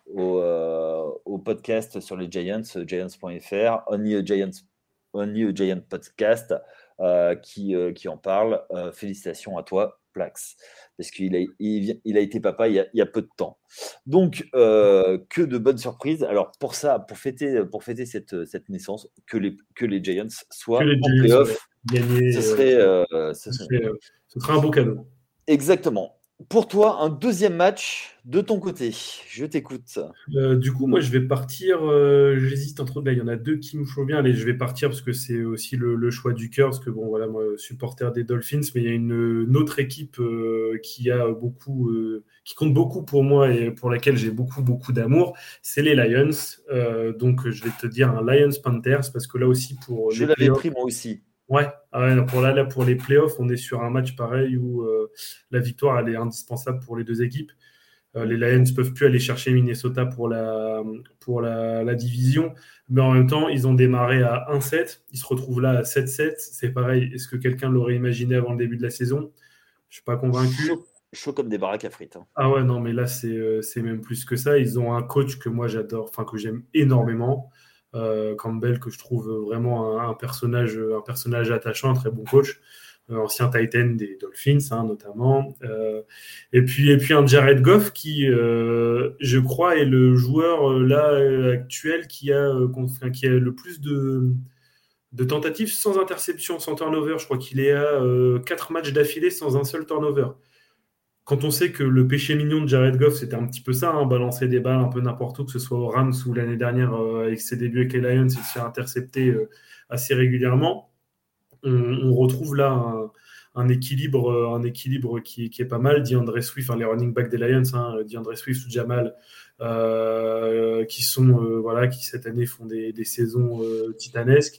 podcast sur les Giants, giants.fr, Only a Giant Podcast, qui en parle. Félicitations à toi, Plax, parce qu'il a été papa il y a peu de temps. Donc, que de bonnes surprises. Alors, pour fêter cette naissance, que les Giants soient en playoff, ce serait un beau cadeau. Exactement. Pour toi, un deuxième match de ton côté. Je t'écoute. Du coup, moi, je vais partir. J'hésite entre deux. Il y en a deux qui me font bien. Allez, je vais partir parce que c'est aussi le choix du cœur. Parce que, bon, voilà, moi, supporter des Dolphins, mais il y a une autre équipe qui compte beaucoup pour moi et pour laquelle j'ai beaucoup, beaucoup d'amour. C'est les Lions. Donc, je vais te dire un Lions-Panthers parce que là aussi, pour. Je l'avais pris moi aussi. Ouais, pour les playoffs, on est sur un match pareil où la victoire elle est indispensable pour les deux équipes. Les Lions ne peuvent plus aller chercher Minnesota pour la division, mais en même temps, ils ont démarré à 1-7, ils se retrouvent là à 7-7. C'est pareil, est-ce que quelqu'un l'aurait imaginé avant le début de la saison? Je ne suis pas convaincu. Chaud comme des baraques à frites. Hein. Ah ouais, non, mais là, c'est même plus que ça. Ils ont un coach que moi j'adore, que j'aime énormément. Campbell, que je trouve vraiment un personnage attachant, un très bon coach, ancien Titan des Dolphins notamment, et puis un Jared Goff qui, je crois, est le joueur actuel qui a le plus de tentatives sans interception, sans turnover. Je crois qu'il est à 4 matchs d'affilée sans un seul turnover. Quand on sait que le péché mignon de Jared Goff, c'était un petit peu ça, hein, balancer des balles un peu n'importe où, que ce soit aux Rams ou l'année dernière avec ses débuts avec les Lions, et se faire intercepter assez régulièrement, on retrouve là un équilibre qui est pas mal. DeAndre Swift, les running backs des Lions, DeAndre Swift ou Jamal, qui cette année font des saisons titanesques.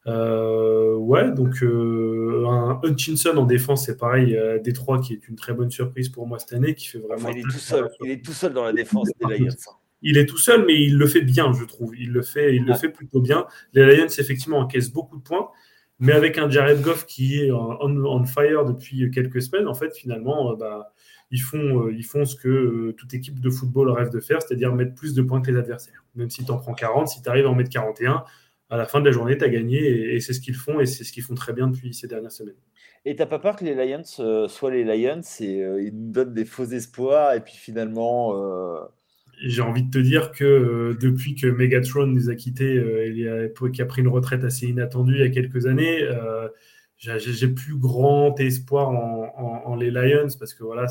Ouais, donc un Hutchinson en défense, c'est pareil, Détroit qui est une très bonne surprise pour moi cette année, qui fait vraiment. Enfin, il est tout seul dans la défense des Lions. Il est tout seul, mais il le fait bien, je trouve. Il le fait plutôt bien. Les Lions, effectivement, encaissent beaucoup de points, mais avec un Jared Goff qui est on fire depuis quelques semaines, en fait, finalement, ils font ce que toute équipe de football rêve de faire, c'est-à-dire mettre plus de points que les adversaires. Même si tu en prends 40, si tu arrives à en mettre 41, à la fin de la journée, tu as gagné, et c'est ce qu'ils font, et c'est ce qu'ils font très bien depuis ces dernières semaines. Et t'as pas peur que les Lions soient les Lions et ils nous donnent des faux espoirs et puis finalement. J'ai envie de te dire que depuis que Megatron nous a quittés, qui a pris une retraite assez inattendue il y a quelques années, j'ai plus grand espoir en les Lions, parce que voilà,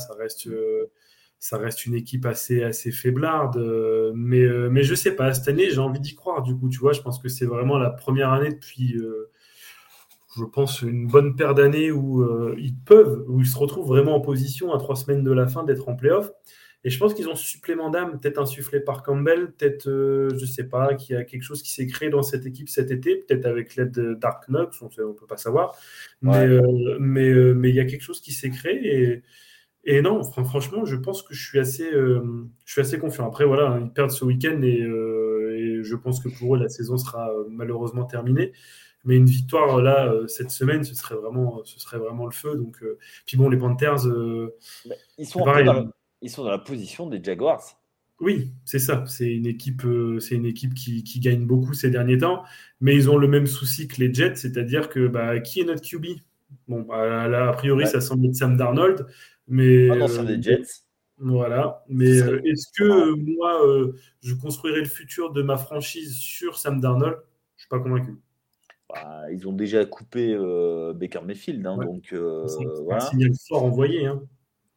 ça reste une équipe assez faiblarde. Mais je sais pas, cette année, j'ai envie d'y croire. Du coup, tu vois, je pense que c'est vraiment la première année depuis, je pense, une bonne paire d'années où où ils se retrouvent vraiment en position à 3 semaines de la fin d'être en playoff. Et je pense qu'ils ont ce supplément d'âme, peut-être insufflé par Campbell, peut-être, je sais pas, qu'il y a quelque chose qui s'est créé dans cette équipe cet été, peut-être avec l'aide de Dark Knox, on ne peut pas savoir. Ouais. Mais il y a quelque chose qui s'est créé. Et non, franchement, je pense que je suis assez confiant. Après, voilà, ils perdent ce week-end, et je pense que pour eux, la saison sera malheureusement terminée. Mais une victoire là cette semaine, ce serait vraiment le feu. Donc, puis bon, les Panthers, Mais ils sont c'est un peu pareil. ils sont dans la position des Jaguars. Oui, c'est ça. C'est une équipe qui gagne beaucoup ces derniers temps, mais ils ont le même souci que les Jets, c'est-à-dire que qui est notre QB? Bon, là, a priori, Bah, ça semble être Sam Darnold, mais un ancien des Jets. voilà. Ce Mais serait, est-ce ce que serait marrant. moi, je construirai le futur de ma franchise sur Sam Darnold? Je suis pas convaincu. Bah, ils ont déjà coupé Baker Mayfield, hein, Ouais. donc C'est un voilà. signal fort envoyé, hein.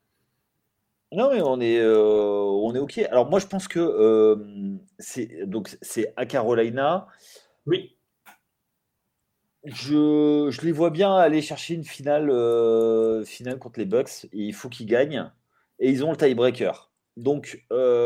Non, mais on est OK. Alors moi, je pense que c'est à Carolina. Oui, Je les vois bien aller chercher une finale contre les Bucks et il faut qu'ils gagnent. Et ils ont le tiebreaker. Donc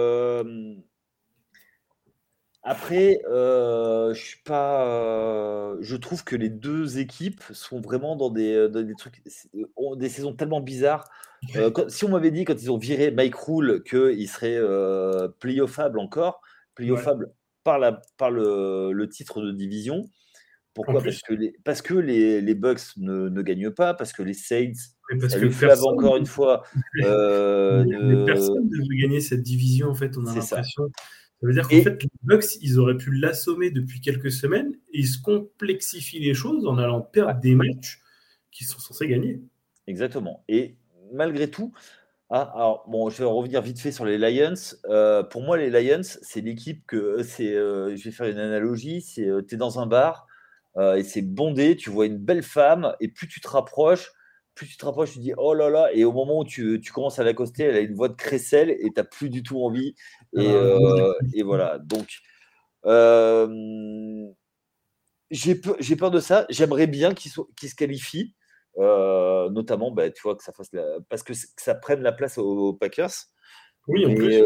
après, je suis pas. Je trouve que les deux équipes sont vraiment dans des trucs, ont des saisons tellement bizarres. Si on m'avait dit quand ils ont viré Mike Rule qu'ils seraient playoffable encore, ouais. playoffable par le titre de division. En Pourquoi? plus, Parce que les Bucks ne gagnent pas, parce que les Saints, parce ça que les flave personne, encore une fois. mais personne ne veut gagner cette division, en fait, on a C'est ça. l'impression. Ça veut dire qu'en Et fait, les Bucks, ils auraient pu l'assommer depuis quelques semaines, et ils se complexifient les choses en allant ouais, perdre des matchs qu'ils sont censés gagner. exactement. Et malgré tout, alors bon, je vais revenir vite fait sur les Lions. Pour moi, les Lions, c'est l'équipe je vais faire une analogie, tu es dans un bar et c'est bondé, tu vois une belle femme et plus tu te rapproches, tu dis oh là là, et au moment où tu commences à l'accoster, elle a une voix de crécelle et tu n'as plus du tout envie. Et, Alors, un gros et voilà. Donc, euh, j'ai peur de ça. J'aimerais bien qu'ils se qualifient, notamment, tu vois, parce que ça prenne la place aux Packers. oui, en Mais, plus.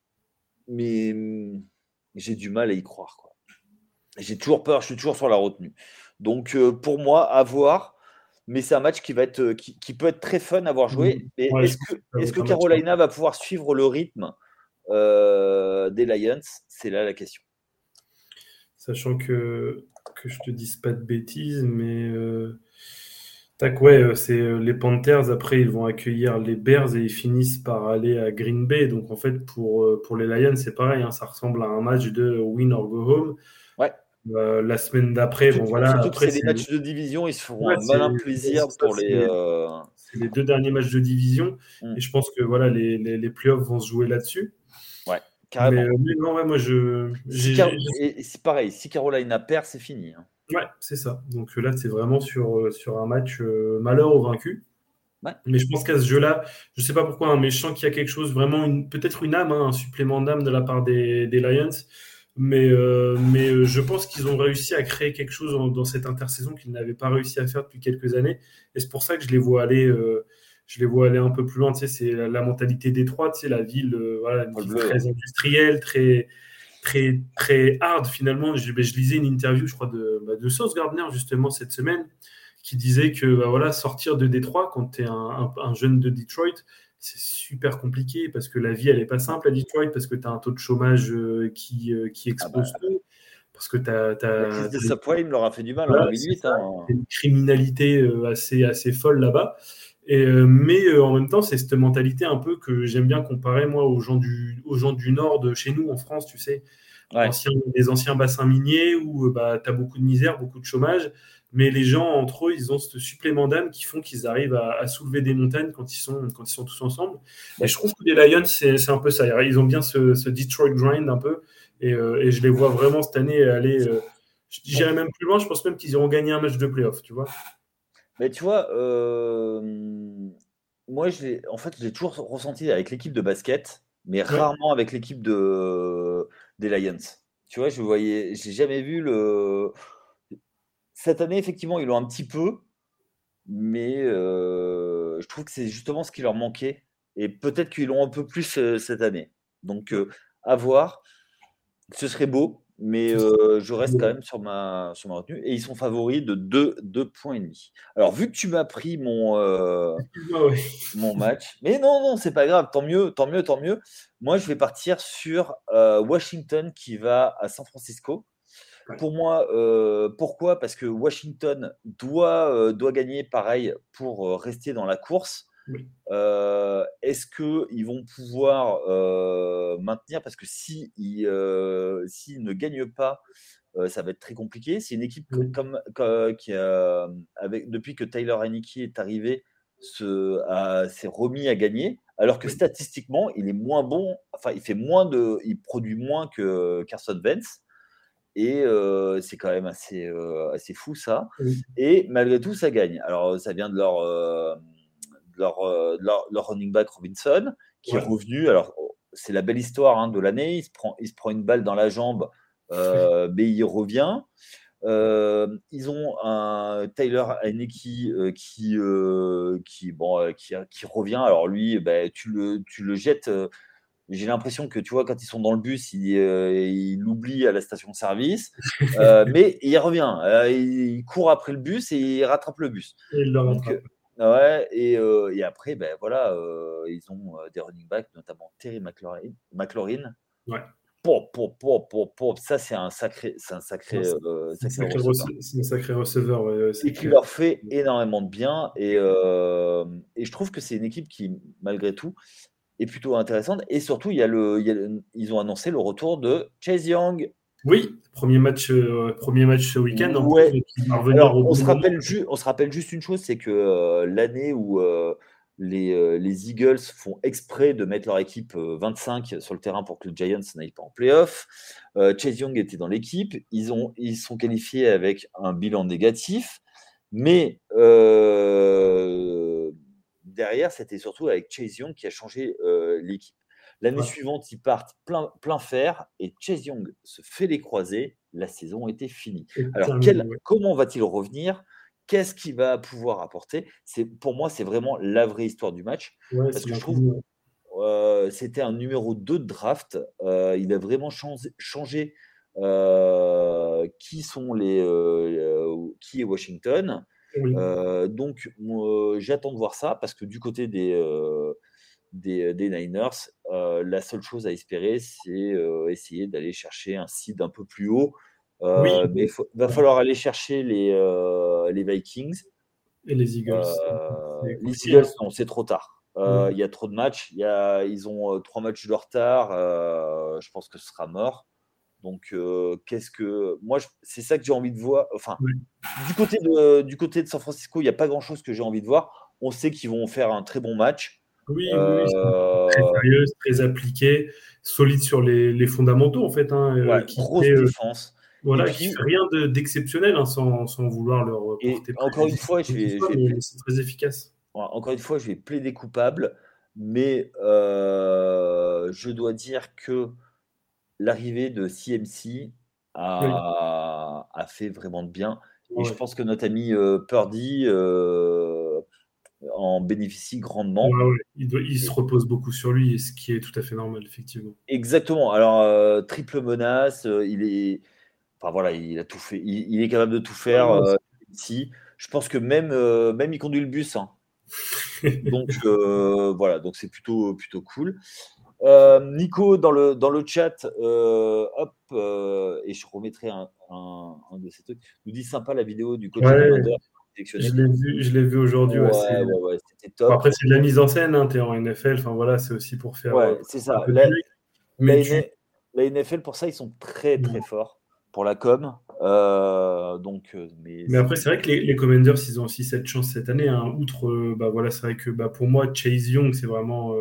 j'ai du mal à y croire, quoi. J'ai toujours peur, je suis toujours sur la retenue. Donc, pour moi, à voir. Mais c'est un match qui peut être très fun à voir jouer. Et Ouais, je pense que ça va est-ce être que un match. Carolina va pouvoir suivre le rythme des Lions? C'est là la question. Sachant que je te dise pas de bêtises, mais tac, ouais, c'est les Panthers. Après, ils vont accueillir les Bears et ils finissent par aller à Green Bay. Donc, en fait, pour les Lions, c'est pareil, hein, ça ressemble à un match de win or go home. Ouais. La semaine d'après, bon, voilà, Surtout que après, c'est des matchs de division, ils se feront ouais, un malin plaisir c'est ça, pour les. c'est les deux derniers matchs de division. Hmm, Et je pense que voilà, les playoffs vont se jouer là-dessus. ouais, carrément. Mais non, ouais, moi, Et c'est pareil, si Carolina perd, c'est fini, hein. Ouais, c'est ça. Donc là, c'est vraiment sur un match malheur au vaincu. Ouais. Mais je pense qu'à ce jeu-là, je ne sais pas pourquoi, hein, mais je sens qu'il y a quelque chose, vraiment, peut-être une âme, hein, un supplément d'âme de la part des Lions. Mais je pense qu'ils ont réussi à créer quelque chose dans cette intersaison qu'ils n'avaient pas réussi à faire depuis quelques années. Et c'est pour ça que je les vois aller un peu plus loin. Tu sais, c'est la mentalité Détroit, tu sais, la ville, voilà, une Paul ville Bleu, ouais. très industrielle, très hard finalement. Je lisais une interview, je crois, de Sauce Gardner justement cette semaine, qui disait que bah, voilà, sortir de Détroit quand tu es un jeune de Detroit, c'est super compliqué parce que la vie, elle n'est pas simple à Detroit, parce que tu as un taux de chômage qui Ah bah, explose tout, parce que tu la crise des subprimes leur a fait du mal en voilà, c'est 2008. ça, Hein. une criminalité assez folle là-bas. Mais en même temps, c'est cette mentalité un peu que j'aime bien comparer, moi, aux gens du Nord de chez nous, en France, tu sais, Ouais. des anciens bassins miniers où bah, tu as beaucoup de misère, beaucoup de chômage, mais les gens, entre eux, ils ont ce supplément d'âme qui font qu'ils arrivent à soulever des montagnes quand ils sont tous ensemble. Et Bah, je trouve que les Lions, c'est un peu ça. Ils ont bien ce Detroit grind un peu, et je les vois vraiment cette année aller. J'irai même plus loin, je pense même qu'ils iront gagner un match de playoff, tu vois. mais tu vois, moi, en fait, je l'ai toujours ressenti avec l'équipe de basket, mais Ouais, rarement avec l'équipe des Lions. Tu vois, j'ai jamais vu Cette année, effectivement, ils l'ont un petit peu, mais je trouve que c'est justement ce qui leur manquait. Et peut-être qu'ils l'ont un peu plus cette année. Donc, ouais. à voir. Ce serait beau, mais Ce serait je reste quand beau. même sur ma retenue. Et ils sont favoris de 2 points et demi. Alors, vu que tu m'as pris Excuse-moi, ouais. mon match, mais non, non, c'est pas grave, tant mieux, tant mieux, tant mieux. Moi, je vais partir sur Washington qui va à San Francisco. Ouais. Pour moi, pourquoi? Parce que Washington doit gagner pareil pour rester dans la course. Oui. Est-ce qu'ils vont pouvoir maintenir? Parce que s'ils ne gagnent pas, ça va être très compliqué. C'est une équipe Oui. qui, depuis que Tyler Heinicke est arrivé, s'est remis à gagner, alors que Oui. statistiquement, il est moins bon. Enfin, il produit moins que Carson Wentz. Et c'est quand même assez fou ça. Oui. Et malgré tout, ça gagne. Alors, ça vient de leur running back Robinson, qui est Ouais. revenu. Alors, c'est la belle histoire hein, de l'année. Il se prend une balle dans la jambe, mais il revient. Ils ont un Tyler Heinicke qui revient. Alors lui, ben, tu le jettes. J'ai l'impression que tu vois, quand ils sont dans le bus, il l'oublie à la station-service, mais il revient. Il court après le bus et il rattrape le bus. Et il le Donc, rattrape. ouais, et après, ben voilà, ils ont des running backs, notamment Terry McLaurin. Ouais. Ça, c'est un sacré, Ouais, sacré receveur. c'est un sacré receveur, ouais, ouais, c'est Et qui clair. leur fait énormément de bien. Et je trouve que c'est une équipe qui, malgré tout, est plutôt intéressante. Et surtout, ils ont annoncé le retour de Chase Young. Oui, premier match ce week-end en plus, Ouais. donc il va revenir Alors, au on bon se moment. rappelle, on se rappelle juste une chose, c'est que l'année où les Eagles font exprès de mettre leur équipe 25 sur le terrain pour que les Giants n'aillent pas en playoff, Chase Young était dans l'équipe. Ils sont qualifiés avec un bilan négatif, mais derrière, c'était surtout avec Chase Young qui a changé l'équipe. L'année Ouais, suivante, ils partent plein fer et Chase Young se fait les croisés. La saison était finie. et Alors, terminé, ouais. comment va-t-il revenir? Qu'est-ce qu'il va pouvoir apporter? Pour moi, c'est vraiment la vraie histoire du match Ouais, parce c'est que je trouve l'inconnu, ouais. c'était un numéro 2 de draft. Il a vraiment changé qui est Washington. Oui, Donc, moi, j'attends de voir ça parce que du côté des Niners, la seule chose à espérer, c'est essayer d'aller chercher un seed un peu plus haut. oui, Mais il va ouais. falloir aller chercher les Vikings. Et les Eagles, c'est Les compliqué, Eagles, hein. non, c'est trop tard. Oui. Il y a trop de matchs. Ils ont 3 matchs de retard. Je pense que ce sera mort. Donc, moi, c'est ça que j'ai envie de voir. Enfin, Ouais. du côté de San Francisco, il n'y a pas grand-chose que j'ai envie de voir. On sait qu'ils vont faire un très bon match. Oui, oui, oui, c'est très Euh, sérieuse, très appliquée, solide sur les fondamentaux, en fait, hein, ouais, qui grosse fait, défense. Et voilà, qui puis, fait rien d'exceptionnel, hein, sans vouloir leur et porter encore une préjudice fois, ou quoi que ce soit, mais c'est très efficace. encore une fois, je vais plaider coupable, mais je dois dire que l'arrivée de CMC Oui, a fait vraiment de bien. Et ouais, je ouais. pense que notre ami Purdy en bénéficie grandement. Ouais, ouais. Il se repose beaucoup sur lui, et ce qui est tout à fait normal, effectivement. Exactement. Alors, triple menace, enfin voilà, il a tout fait. Il est capable de tout Ouais, faire ouais, ici. Je pense que même il conduit le bus, hein. Donc voilà, donc c'est plutôt cool. Nico, dans le chat, hop, et je remettrai un de ces trucs, nous dit sympa la vidéo du coach des ouais, Commanders sélectionné. je l'ai vu aujourd'hui. Ouais, Ouais, c'était bon, top. après, c'est de la mise en scène, hein, t'es en NFL, enfin voilà, c'est aussi pour faire Ouais, c'est un ça. peu de pub. La, Mais N- la NFL, pour ça, ils sont très très forts pour la com. Donc, mais Mais après, c'était c'est vrai que les Commanders, ils ont aussi cette chance cette année, hein. Outre, bah voilà, c'est vrai que bah, pour moi, Chase Young, c'est vraiment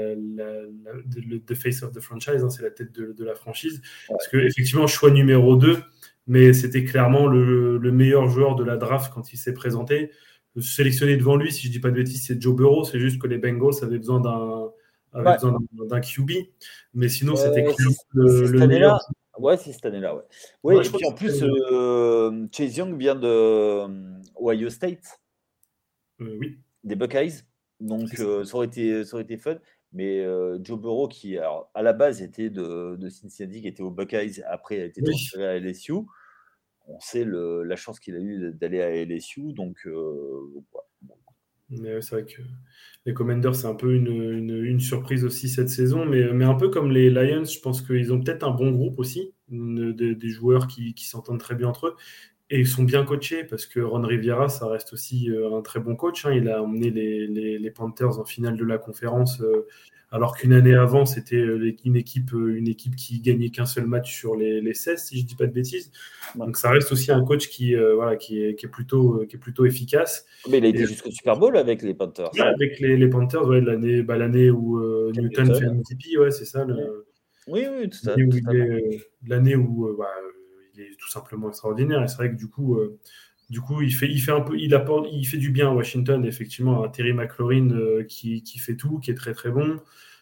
the face of the franchise, hein, c'est la tête de la franchise. Parce que effectivement, choix numéro 2, mais c'était clairement le meilleur joueur de la draft quand il s'est présenté. Sélectionné devant lui, si je dis pas de bêtises, c'est Joe Burrow. C'est juste que les Bengals avaient ouais. besoin d'un QB. Mais sinon, c'était clairement C'est cette le meilleur. année-là. Ouais, c'est cette année-là, ouais. Oui, Ouais, et je crois puis que en c'était. plus, Chase Young vient de Ohio State, Oui, des Buckeyes. c'est Donc ça. ça aurait été fun. Mais Joe Burrow, qui alors, à la base était de Cincinnati, qui était aux Buckeyes, après a été Oui. transféré à LSU. On sait la chance qu'il a eu d'aller à LSU. Donc, voilà. Mais c'est vrai que les Commanders, c'est un peu une surprise aussi cette saison, mais un peu comme les Lions, je pense qu'ils ont peut-être un bon groupe aussi, des joueurs qui s'entendent très bien entre eux, et ils sont bien coachés, parce que Ron Rivera, ça reste aussi un très bon coach, hein. Il a emmené les Panthers en finale de la conférence, alors qu'une année avant, c'était une équipe qui gagnait qu'un seul match sur les 16, si je ne dis pas de bêtises. Ouais. Donc ça reste aussi un coach voilà, qui est plutôt efficace. Mais il a Et été jusqu'au Super Bowl avec les Panthers. ouais, avec les Panthers, ouais, l'année où Cam Newton fait Newton. MVP, ouais, c'est ça, Mm. Oui, oui, l'année où totalement. l'année où bah, il est tout simplement extraordinaire. Et c'est vrai que du coup, il fait un peu, il fait du bien à Washington, effectivement, un Terry McLaurin qui fait tout, qui est très très bon.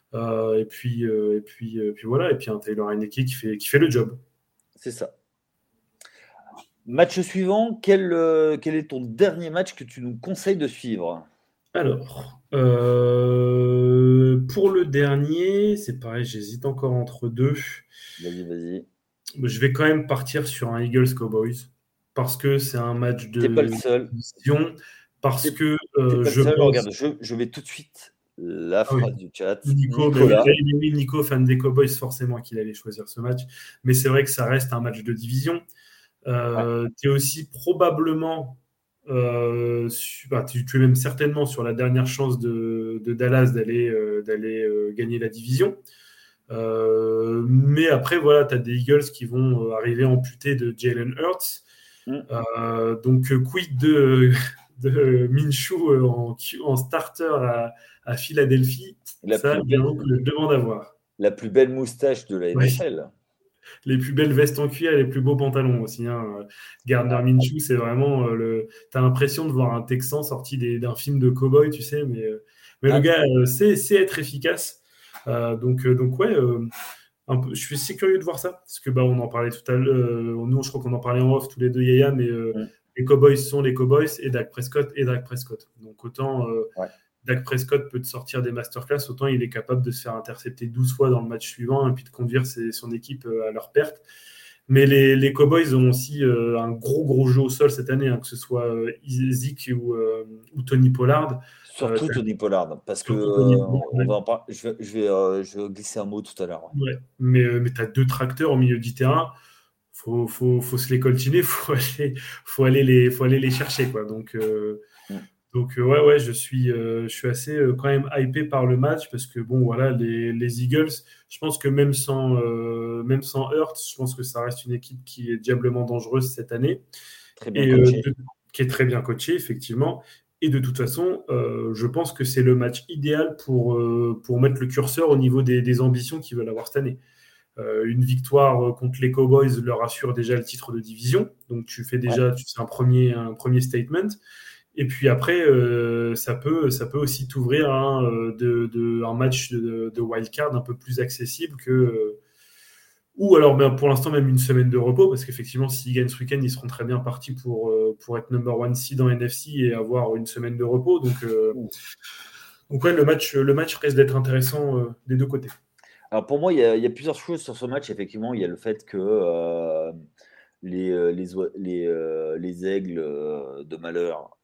Puis voilà, et puis un Taylor Heinicke qui fait le job. C'est ça. Match suivant, quel est ton dernier match que tu nous conseilles de suivre? Alors, pour le dernier, c'est pareil, j'hésite encore entre deux. Vas-y, vas-y. Je vais quand même partir sur un Eagles Cowboys parce que c'est un match T'es pas le de seul. division, parce T'es que t'es pas le je seul. pense. Regarde, je vais tout de suite la Ah oui, phrase du chat. Nico, mais oui, Nicolas. oui, Nico, fan des Cowboys, forcément qu'il allait choisir ce match. Mais c'est vrai que ça reste un match de division. Ouais, Tu es aussi probablement, tu es même certainement sur la dernière chance de Dallas d'aller gagner la division. Mais après, voilà, tu as des Eagles qui vont arriver amputés de Jalen Hurts. mm. Donc, quid de Minshew en starter à Philadelphie? La Ça, plus belle, j'avoue que je demande à voir. la plus belle moustache de la Oui. NFL. Les plus belles vestes en cuir et les plus beaux pantalons aussi, hein. Gardner Minshew, c'est vraiment t'as l'impression de voir un Texan sorti d'un film de cowboy, tu sais, mais le Ah, gars sait être efficace. Donc ouais, je suis assez curieux de voir ça, parce que bah, on en parlait tout à l'heure, nous je crois qu'on en parlait en off tous les deux, Yaya, mais mm. les Cowboys sont les Cowboys et Dak Prescott est Dak Prescott. Donc autant Ouais. Dak Prescott peut te sortir des masterclass, autant il est capable de se faire intercepter 12 fois dans le match suivant et puis de conduire son équipe à leur perte. Mais les Cowboys ont aussi un gros jeu au sol cette année, hein, que ce soit Zeke ou Tony Pollard. Surtout T'as Tony Pollard, parce que surtout Tony Pollard. on va en je vais glisser un mot tout à l'heure. Ouais. Mais tu as deux tracteurs au milieu du terrain. Faut se les coltiner, faut aller les chercher, quoi. Ouais. Mm. Ouais, je suis assez quand même hypé par le match parce que bon, voilà, les Eagles, je pense que même sans Hurts, je pense que ça reste une équipe qui est diablement dangereuse cette année Très bien et coaché. qui est très bien coachée, effectivement. Et de toute façon, je pense que c'est le match idéal pour mettre le curseur au niveau des ambitions qu'ils veulent avoir cette année. Une victoire contre les Cowboys leur assure déjà le titre de division. Donc tu fais Ouais. déjà un premier statement. Et puis après, ça peut aussi t'ouvrir un match de wildcard un peu plus accessible que. Ou alors, ben, pour l'instant, même une semaine de repos, parce qu'effectivement, s'ils gagnent ce week-end, ils seront très bien partis pour être number one seed en NFC et avoir une semaine de repos. Donc ouais, le match reste d'être intéressant des deux côtés. Alors pour moi, il y a plusieurs choses sur ce match. Effectivement, il y a le fait que les aigles de malheur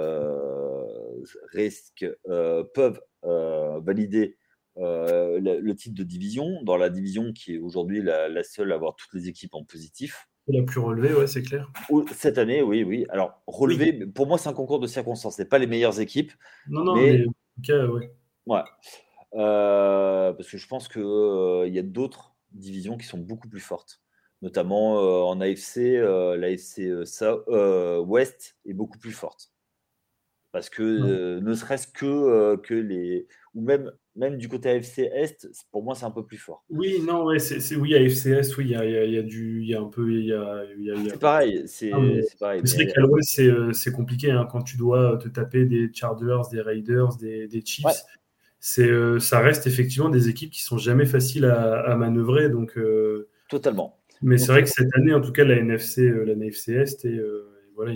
peuvent valider le titre de division, dans la division qui est aujourd'hui la seule à avoir toutes les équipes en positif. La plus relevée, ouais, c'est clair. Cette année, oui, oui. Alors, Oui. relevé, pour moi, c'est un concours de circonstances. Ce n'est pas les meilleures équipes, Non, non, mais mais en tout cas, ouais. ouais. Parce que je pense qu'il y a d'autres divisions qui sont beaucoup plus fortes. Notamment en AFC, l'AFC West est beaucoup plus forte. Parce que ne serait-ce que les. Ou même du côté AFC Est, pour moi, c'est un peu plus fort. Oui, non, ouais, oui, à FCS, oui, il y a un peu, C'est pareil, non, mais c'est pareil. c'est vrai Mais qu'à l'Ouest, c'est compliqué hein, quand tu dois te taper des Chargers, des Raiders, des ouais, Chiefs. Ça reste effectivement des équipes qui sont jamais faciles à manœuvrer. totalement. Mais c'est Donc, vrai que cette année, en tout cas, la NFC Est, voilà,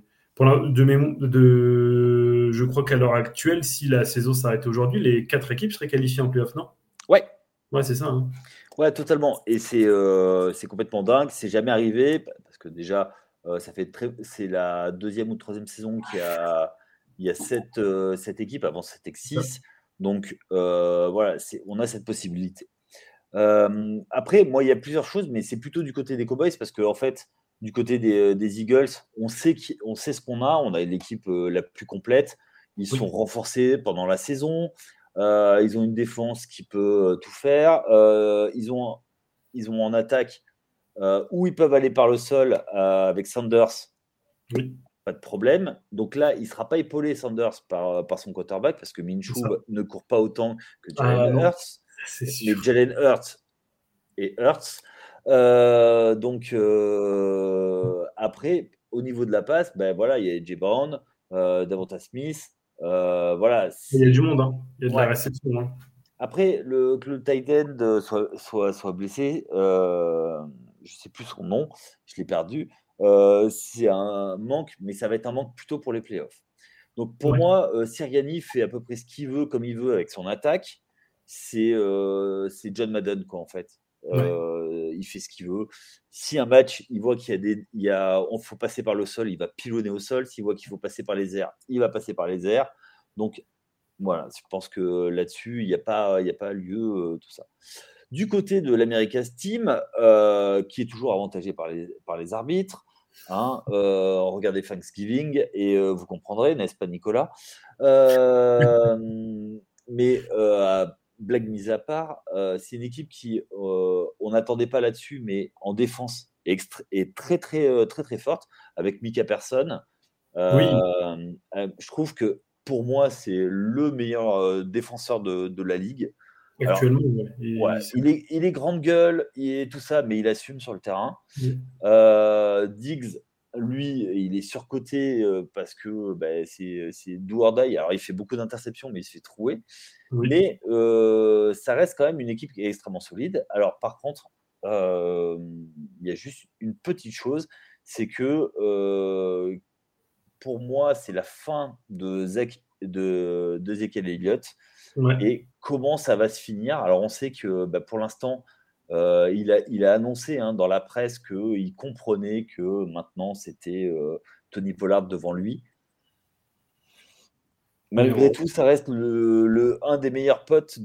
je crois qu'à l'heure actuelle, si la saison s'arrêtait aujourd'hui, les 4 équipes seraient qualifiées en playoff, non? ouais, Ouais, c'est ça. Hein. ouais, totalement. Et c'est complètement dingue. C'est jamais arrivé parce que déjà, c'est la deuxième ou troisième saison il y a cette équipe. Avant, c'était que C'est ça. 6. Donc, voilà, on a cette possibilité. Après, moi, il y a plusieurs choses, mais c'est plutôt du côté des Cowboys parce que, en fait, du côté des Eagles, on sait ce qu'on a. On a l'équipe la plus complète. Ils sont Oui, renforcés pendant la saison. Ils ont une défense qui peut tout faire. Ils ont en attaque où ils peuvent aller par le sol avec Sanders, oui, pas de problème. Donc là, il ne sera pas épaulé Sanders par son quarterback parce que c'est Minshew ça. ne court pas autant que Jalen Ah non, Hurts. c'est Mais sûr. Jalen Hurts et Hurts. Donc après, au niveau de la passe, ben voilà, il y a AJ Brown, Devonta Smith. Voilà, Il y a du monde, hein. Il y a de la ouais. réception. Hein. Après, que le tight end soit blessé, je ne sais plus son nom, je l'ai perdu. C'est un manque, mais ça va être un manque plutôt pour les playoffs. Donc pour Ouais. moi, Sirianni fait à peu près ce qu'il veut, comme il veut avec son attaque. C'est John Madden, quoi, en fait. Ouais. Il fait ce qu'il veut. Si un match, il voit on faut passer par le sol, il va pilonner au sol. S'il voit qu'il faut passer par les airs, il va passer par les airs. Donc voilà, je pense que là-dessus, il y a pas lieu, tout ça. Du côté de l'America's Team, qui est toujours avantagé par les arbitres, hein, regardez Thanksgiving et vous comprendrez, n'est-ce pas, Nicolas? Mais blague mise à part, c'est une équipe qui, on n'attendait pas là-dessus, mais en défense est très, très, très, très forte avec Micah Persson. Oui, Je trouve que pour moi, c'est le meilleur défenseur de la ligue. Alors, actuellement, ouais. ouais, il est grande gueule et tout ça, mais il assume sur le terrain. Diggs, lui, il est surcoté parce que bah, c'est do or die. Alors, il fait beaucoup d'interceptions, mais il se fait trouer. Oui. Mais ça reste quand même une équipe qui est extrêmement solide. Alors, par contre, il y a juste une petite chose, c'est que pour moi, c'est la fin d'Ezekiel Elliott Ouais. et comment ça va se finir. Alors, on sait que bah, pour l'instant, il a annoncé hein, dans la presse qu'il comprenait que maintenant, c'était Tony Pollard devant lui. Mais Malgré tout, ça reste un des meilleurs potes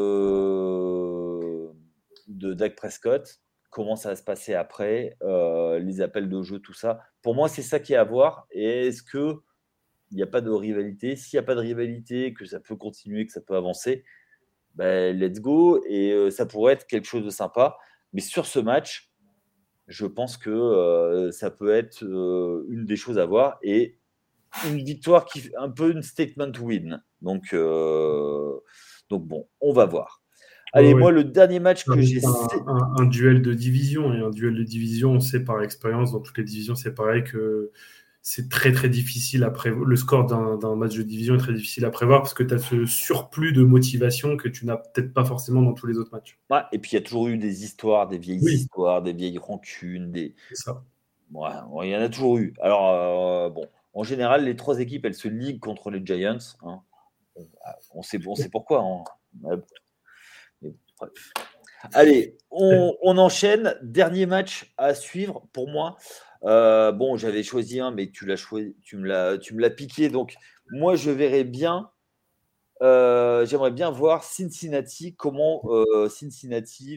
de Dak Prescott. Comment ça va se passer après, les appels de jeu, tout ça. Pour moi, c'est ça qui est à voir. Et est-ce que il n'y a pas de rivalité? S'il n'y a pas de rivalité, que ça peut continuer, que ça peut avancer, ben, let's go. Et ça pourrait être quelque chose de sympa. Mais sur ce match, je pense que ça peut être une des choses à voir. Et une victoire qui fait un peu une statement win. Donc bon, on va voir. Allez, moi, le dernier match Ça que reste j'ai... un duel de division. Et un duel de division, on sait par expérience, dans toutes les divisions, c'est pareil que c'est très très difficile à prévoir. Le score d'un match de division est très difficile à prévoir parce que tu as ce surplus de motivation que tu n'as peut-être pas forcément dans tous les autres matchs. Ouais, et puis, il y a toujours eu des histoires, des vieilles Oui, histoires, des vieilles rancunes, des... c'est ça. Ouais, ouais, il y en a toujours eu. Alors, bon, en général, les 3 équipes, elles se liguent contre les Giants, hein. On sait pourquoi, hein. Mais bref. Allez, on enchaîne. Dernier match à suivre pour moi. Bon, j'avais choisi un, mais tu me l'as piqué. Donc, moi, je verrais bien. J'aimerais bien voir Cincinnati, comment Cincinnati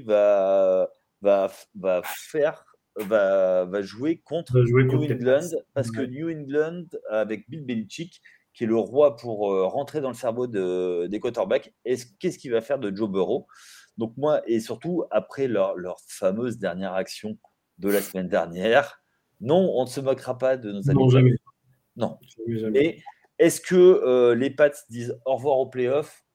va jouer On va contre jouer New contre les England, Pats. parce que Ouais. New England, avec Bill Belichick, qui est le roi pour rentrer dans le cerveau des quarterbacks, qu'est-ce qu'il va faire de Joe Burrow? Donc moi, et surtout après leur fameuse dernière action de la semaine dernière, non, on ne se moquera pas de nos amis Non, Pats. jamais. Non. Jamais, jamais. Mais est-ce que les Pats disent au revoir au playoff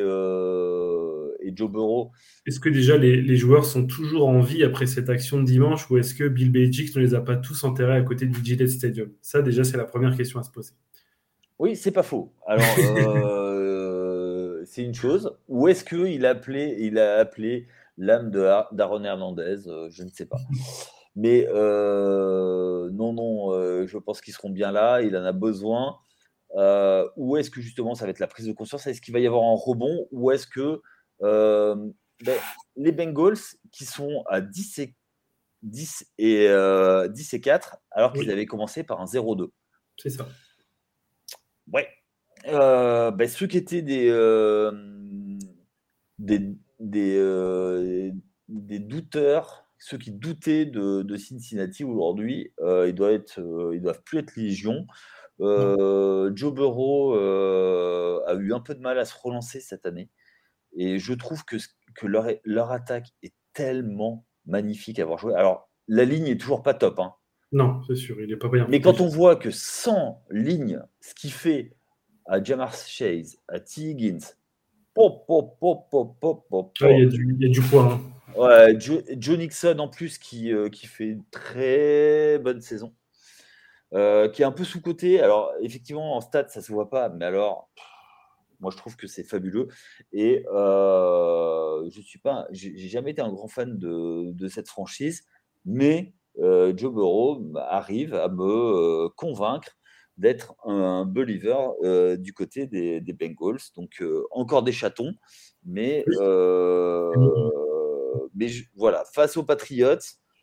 et Joe Burrow? Est-ce que déjà les joueurs sont toujours en vie après cette action de dimanche ou est-ce que Bill Belichick ne les a pas tous enterrés à côté du Gillette Stadium? Ça, déjà, c'est la première question à se poser. Oui, c'est pas faux. Alors, c'est une chose. Ou est-ce il a appelé l'âme d'Aaron Hernandez? Je ne sais pas. Mais non, non, je pense qu'ils seront bien là. Il en a besoin. Ou est-ce que justement ça va être la prise de conscience? Est-ce qu'il va y avoir un rebond? Ou est-ce que euh, ben, les Bengals qui sont à 10 et 4 alors qu'ils Oui, avaient commencé par un 0-2? c'est ça. Ouais. Ben, ceux qui étaient des, des, euh, des douteurs, ceux qui doutaient de Cincinnati aujourd'hui, ils doivent plus être légion. Non. Joe Burrow a eu un peu de mal à se relancer cette année. Et je trouve que leur attaque est tellement magnifique à voir jouer. Alors, la ligne est toujours pas top, hein. Non, c'est sûr, il n'est pas bien Mais quand protégé. on voit que sans ligne, ce qu'il fait à Jamar Chase, à T. Higgins, pop, pop, pop, pop, pop, pop, Ah, pop. il y a du poids, hein. Ouais, Joe Nixon en plus qui fait une très bonne saison, qui est un peu sous-coté. Alors, effectivement, en stats, ça se voit pas, mais alors, moi, je trouve que c'est fabuleux. Et j'ai jamais été un grand fan de cette franchise, mais Joe Burrow arrive à me convaincre d'être un believer du côté des Bengals. Donc, encore des chatons, mais, voilà, face aux Patriots,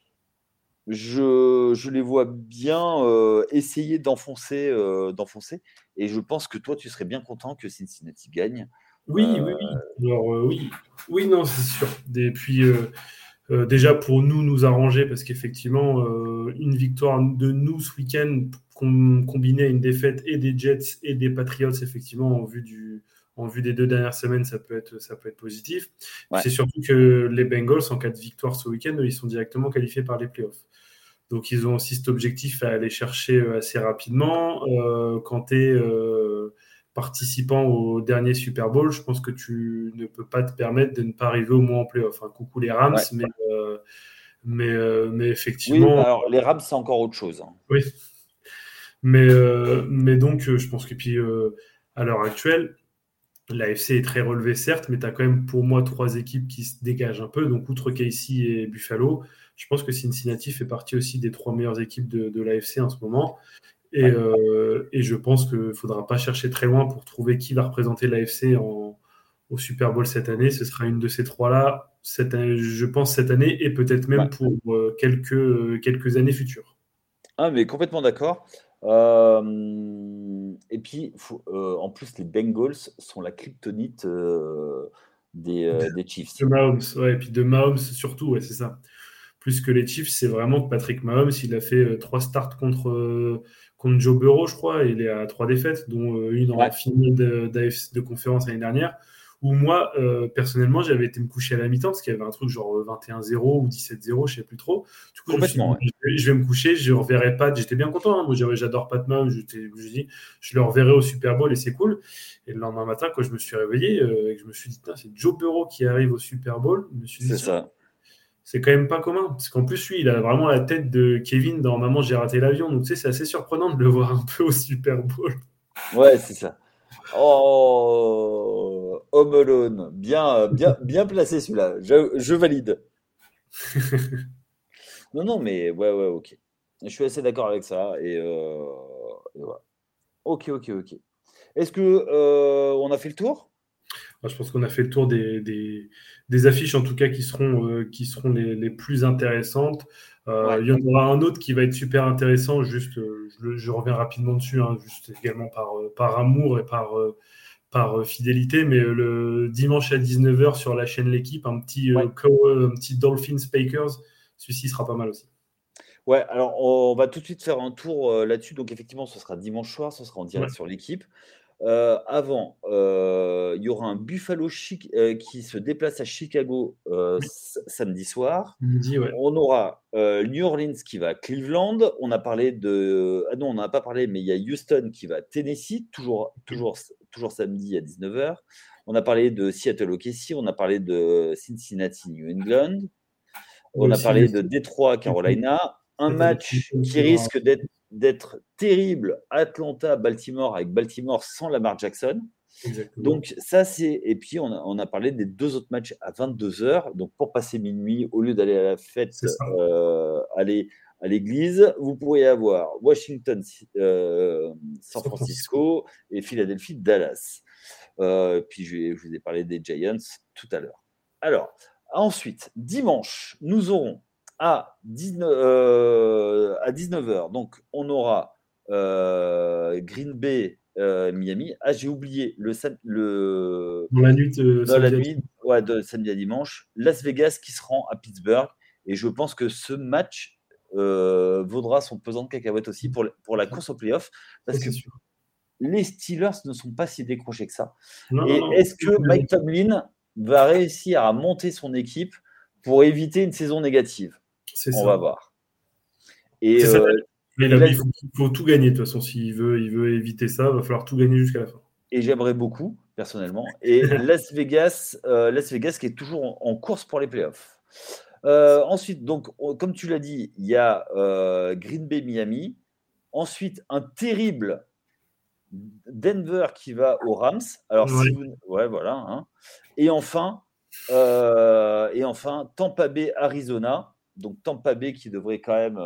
je les vois bien essayer d'enfoncer. Et je pense que toi, tu serais bien content que Cincinnati gagne. Oui, oui, Euh, oui. Alors, oui. Oui, non, c'est sûr. Et puis, déjà, pour nous arranger, parce qu'effectivement, une victoire de nous ce week-end, combinée à une défaite et des Jets et des Patriots, effectivement, en vue des 2 dernières semaines, ça peut être positif. Puis ouais, c'est surtout que les Bengals, en cas de victoire ce week-end, ils sont directement qualifiés par les playoffs. Donc, ils ont aussi cet objectif à aller chercher assez rapidement. Quand tu es participant au dernier Super Bowl, je pense que tu ne peux pas te permettre de ne pas arriver au moins en playoff. Hein. Coucou les Rams, ouais. mais Oui, effectivement, alors les Rams, c'est encore autre chose, hein. oui. Mais donc, je pense que puis à l'heure actuelle, l'AFC est très relevée, certes, mais tu as quand même pour moi 3 équipes qui se dégagent un peu. Donc, outre KC et Buffalo, je pense que Cincinnati fait partie aussi des 3 meilleures équipes de l'AFC en ce moment. Ouais, Et je pense qu'il ne faudra pas chercher très loin pour trouver qui va représenter l'AFC au Super Bowl cette année. Ce sera une de ces 3-là, je pense, cette année et peut-être ouais. même pour quelques années futures. Ah, mais complètement d'accord. Et puis, en plus, les Bengals sont la kryptonite des Chiefs. De Mahomes, ouais, et puis de Mahomes surtout, ouais, c'est ça. Plus que les Chiefs, c'est vraiment que Patrick Mahomes, il a fait 3 starts contre Joe Burrow, je crois, et il est à 3 défaites, dont une en Ouais, finale de conférence l'année dernière, où moi, personnellement, j'avais été me coucher à la mi-temps parce qu'il y avait un truc genre 21-0 ou 17-0, je sais plus trop. Du coup, je me suis dit, Complètement, ouais. je vais me coucher, je ne reverrai pas. J'étais bien content, hein. Moi, j'adore Pat Mahomes. Je dis, je le reverrai au Super Bowl et c'est cool. Et le lendemain matin, quand je me suis réveillé, et que je me suis dit, c'est Joe Burrow qui arrive au Super Bowl, je me suis dit, C'est tiens, ça. c'est quand même pas commun. Parce qu'en plus, lui, il a vraiment la tête de Kevin dans Maman, j'ai raté l'avion. Donc, tu sais, c'est assez surprenant de le voir un peu au Super Bowl. Ouais, c'est ça. Oh, Home Alone. Bien placé celui-là. Je valide. Non, non, mais ouais, ok. Je suis assez d'accord avec ça. Et voilà. Ok, ok, ok. Est-ce que on a fait le tour? Enfin, je pense qu'on a fait le tour des affiches, en tout cas, qui seront les plus intéressantes. Ouais. Il y en aura un autre qui va être super intéressant, juste, je reviens rapidement dessus, hein, juste également par amour et par fidélité, mais le dimanche à 19h sur la chaîne L'équipe, Ouais. un petit Dolphins Packers, celui-ci sera pas mal aussi. Ouais, alors on va tout de suite faire un tour là-dessus. Donc effectivement, ce sera dimanche soir, ce sera en Ouais, direct sur l'équipe. Avant, il y aura un qui se déplace à Chicago oui, samedi soir. midi, ouais. On aura New Orleans qui va à Cleveland. On a parlé de. Ah non, on n'en a pas parlé, mais il y a Houston qui va à Tennessee, toujours samedi à 19h. On a parlé de Seattle OKC, on a parlé de Cincinnati New England. Il y a On a aussi parlé de Détroit, Seattle Carolina. Un match Washington qui qui aura. risque d'être terrible, Atlanta-Baltimore, avec Baltimore sans Lamar Jackson. Exactement. Donc ça, c'est... Et puis, on a parlé des deux autres matchs à 22h. Donc pour passer minuit, au lieu d'aller à la fête, C'est ça. aller à l'église, vous pourriez avoir Washington, San San Francisco. Francisco et Philadelphie-Dallas. Puis je vous ai parlé des Giants tout à l'heure. Alors, ensuite, dimanche, nous aurons à 19h, donc on aura Green Bay, Miami. Ah, j'ai oublié Dans la nuit de dans la samedi à nuit, dimanche. ouais, de samedi à dimanche, Las Vegas qui se rend à Pittsburgh. Et je pense que ce match vaudra son pesant de cacahuètes aussi pour la course au playoff, Ça, parce que c'est sûr. les Steelers ne sont pas si décrochés que ça. Non, non, Et non. est-ce que Mike Tomlin va réussir à monter son équipe pour éviter une saison négative? C'est On va ça. voir. Et, C'est ça. euh, Mais et, Las- il faut tout gagner, de toute façon. Il veut éviter ça, il va falloir tout gagner jusqu'à la fin. et j'aimerais beaucoup, personnellement. Et Las Vegas qui est toujours en course pour les playoffs. Ensuite, donc, comme tu l'as dit, il y a Green Bay, Miami. Ensuite, un terrible Denver qui va aux Rams. Alors, si Ouais. vous. Ouais, voilà. Hein. Et enfin, Tampa Bay, Arizona. Donc, Tampa Bay qui devrait quand même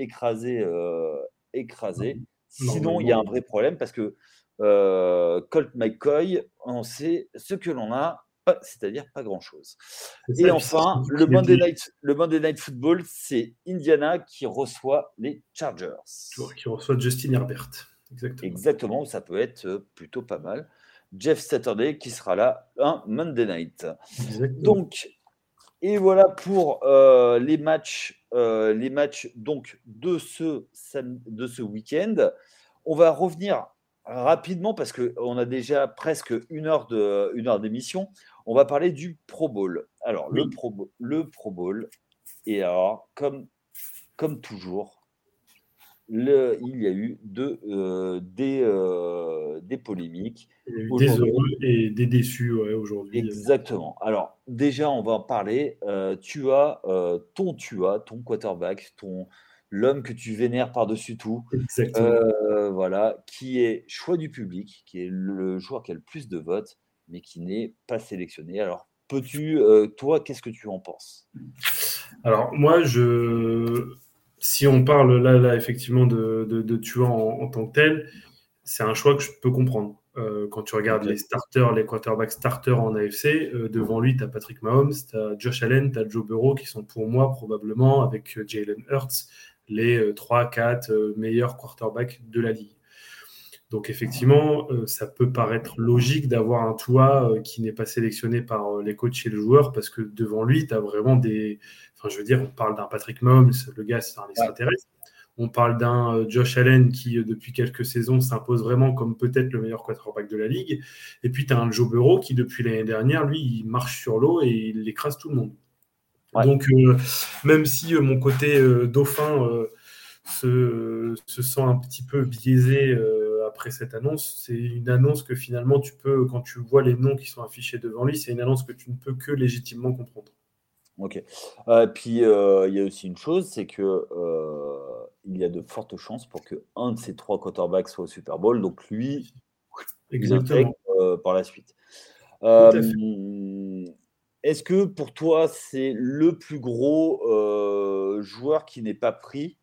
écraser. Sinon, il y a un Normalement. vrai problème parce que Colt McCoy, on sait ce que l'on a, c'est-à-dire pas grand-chose. C'est ça. Et Et puis, enfin, le Monday Night Football, c'est Indiana qui reçoit les Chargers. qui reçoit Justin Herbert. Exactement. Exactement, ça peut être plutôt pas mal. Jeff Saturday qui sera là un Monday Night. Exactement. Donc, et voilà pour les matchs donc de ce week-end. On va revenir rapidement parce qu'on a déjà presque une heure d'émission. On va parler du Pro Bowl. Alors, Oui. Le Pro Bowl, et alors, comme toujours, il y a eu des polémiques. Il y a eu des Aujourd'hui, heureux et des déçus aujourd'hui. exactement. Alors, déjà, on va en parler. Tu as ton quarterback, l'homme que tu vénères par-dessus tout, Exactement. voilà, qui est choix du public, qui est le joueur qui a le plus de votes, mais qui n'est pas sélectionné. Alors, toi, qu'est-ce que tu en penses? Alors, moi, si on parle là effectivement de Tua en tant que tel, c'est un choix que je peux comprendre. Quand tu regardes Ok. les starters, les quarterbacks starters en AFC, devant lui, tu as Patrick Mahomes, tu as Josh Allen, tu as Joe Burrow, qui sont pour moi probablement, avec Jalen Hurts, les 3-4 meilleurs quarterbacks de la ligue. Donc effectivement, ça peut paraître logique d'avoir un Tua qui n'est pas sélectionné par les coachs et les joueurs, parce que devant lui, tu as vraiment des... Enfin, je veux dire, on parle d'un Patrick Mahomes, le gars, c'est un Ouais. extraterrestre. On parle d'un Josh Allen qui, depuis quelques saisons, s'impose vraiment comme peut-être le meilleur quarterback de la ligue. Et puis, tu as un Joe Burrow qui, depuis l'année dernière, lui, il marche sur l'eau et il écrase tout le monde. Ouais. Donc, même si mon côté dauphin se sent un petit peu biaisé après cette annonce, c'est une annonce que finalement, tu peux, quand tu vois les noms qui sont affichés devant lui, c'est une annonce que tu ne peux que légitimement comprendre. Ok. Puis il y a aussi une chose, c'est que il y a de fortes chances pour que un de ces trois quarterbacks soit au Super Bowl. Donc lui, il intègre Exactement. par la suite. Tout à fait. Est-ce que pour toi, c'est le plus gros joueur qui n'est pas pris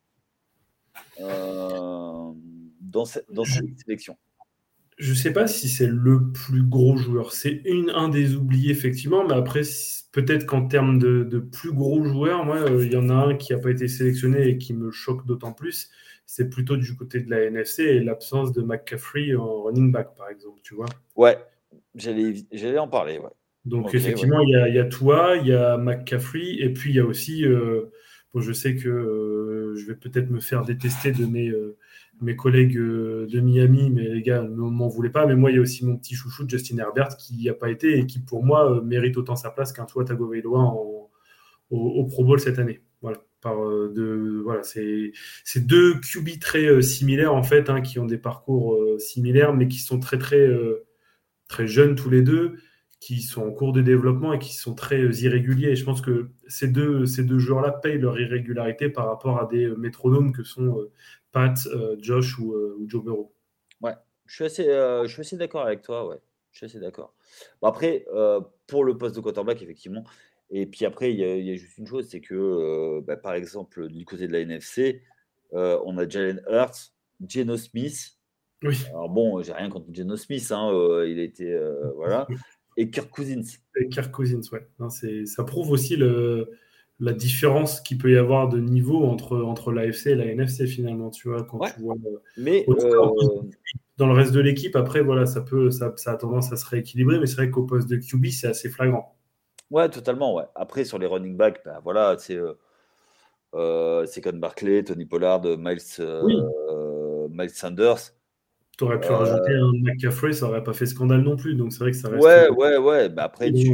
dans Je cette sélection? ne sais pas si c'est le plus gros joueur. C'est un des oubliés, effectivement, mais après, peut-être qu'en termes de plus gros joueurs, moi, il y en a un qui n'a pas été sélectionné et qui me choque d'autant plus. C'est plutôt du côté de la NFC et l'absence de McCaffrey en running back, par exemple, tu vois. Ouais, j'allais en parler, ouais. Donc, Ok, ouais. effectivement, il y a Tua, il y a McCaffrey, et puis il y a aussi, bon, je sais que je vais peut-être me faire détester de mes collègues de Miami, mais les gars, ne m'en voulez pas. Mais moi, il y a aussi mon petit chouchou, Justin Herbert, qui n'y a pas été et qui, pour moi, mérite autant sa place qu'un Tua Tagovailoa au Pro Bowl cette année. Voilà. Voilà, c'est deux QB très similaires, en fait, hein, qui ont des parcours similaires, mais qui sont très, très, très jeunes tous les deux, qui sont en cours de développement et qui sont très irréguliers. Et je pense que ces deux joueurs-là payent leur irrégularité par rapport à des métronomes que sont Pat, Josh ou Joe Burrow. Ouais, je suis assez d'accord avec toi, ouais. Je suis assez d'accord. Bon, après, pour le poste de quarterback, effectivement. Et puis après, il y a juste une chose, c'est que, bah, par exemple, du côté de la NFC, on a Jalen Hurts, Geno Smith. Oui, Alors bon, j'ai rien contre Geno Smith, hein, il a été, voilà. Et Kirk Cousins. et Kirk Cousins, ouais. Non, ça prouve aussi la différence qu'il peut y avoir de niveau entre l'AFC et la NFC finalement, tu vois, quand Ouais, tu vois mais au-dessus, dans le reste de l'équipe, après, voilà, ça a tendance à se rééquilibrer, mais c'est vrai qu'au poste de QB, c'est assez flagrant. ouais, totalement, ouais. Après, sur les running backs, bah, voilà, c'est Saquon Barkley, Tony Pollard, Oui, Miles Sanders. tu aurais pu rajouter un McCaffrey, ça n'aurait pas fait scandale non plus, donc c'est vrai que ça reste. Ouais, ouais, ouais. Bah après, Bon,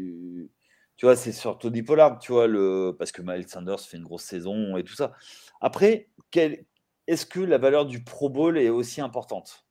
tu vois, c'est sur Tony Pollard, tu vois, parce que Miles Sanders fait une grosse saison et tout ça. Après, est-ce que la valeur du Pro Bowl est aussi importante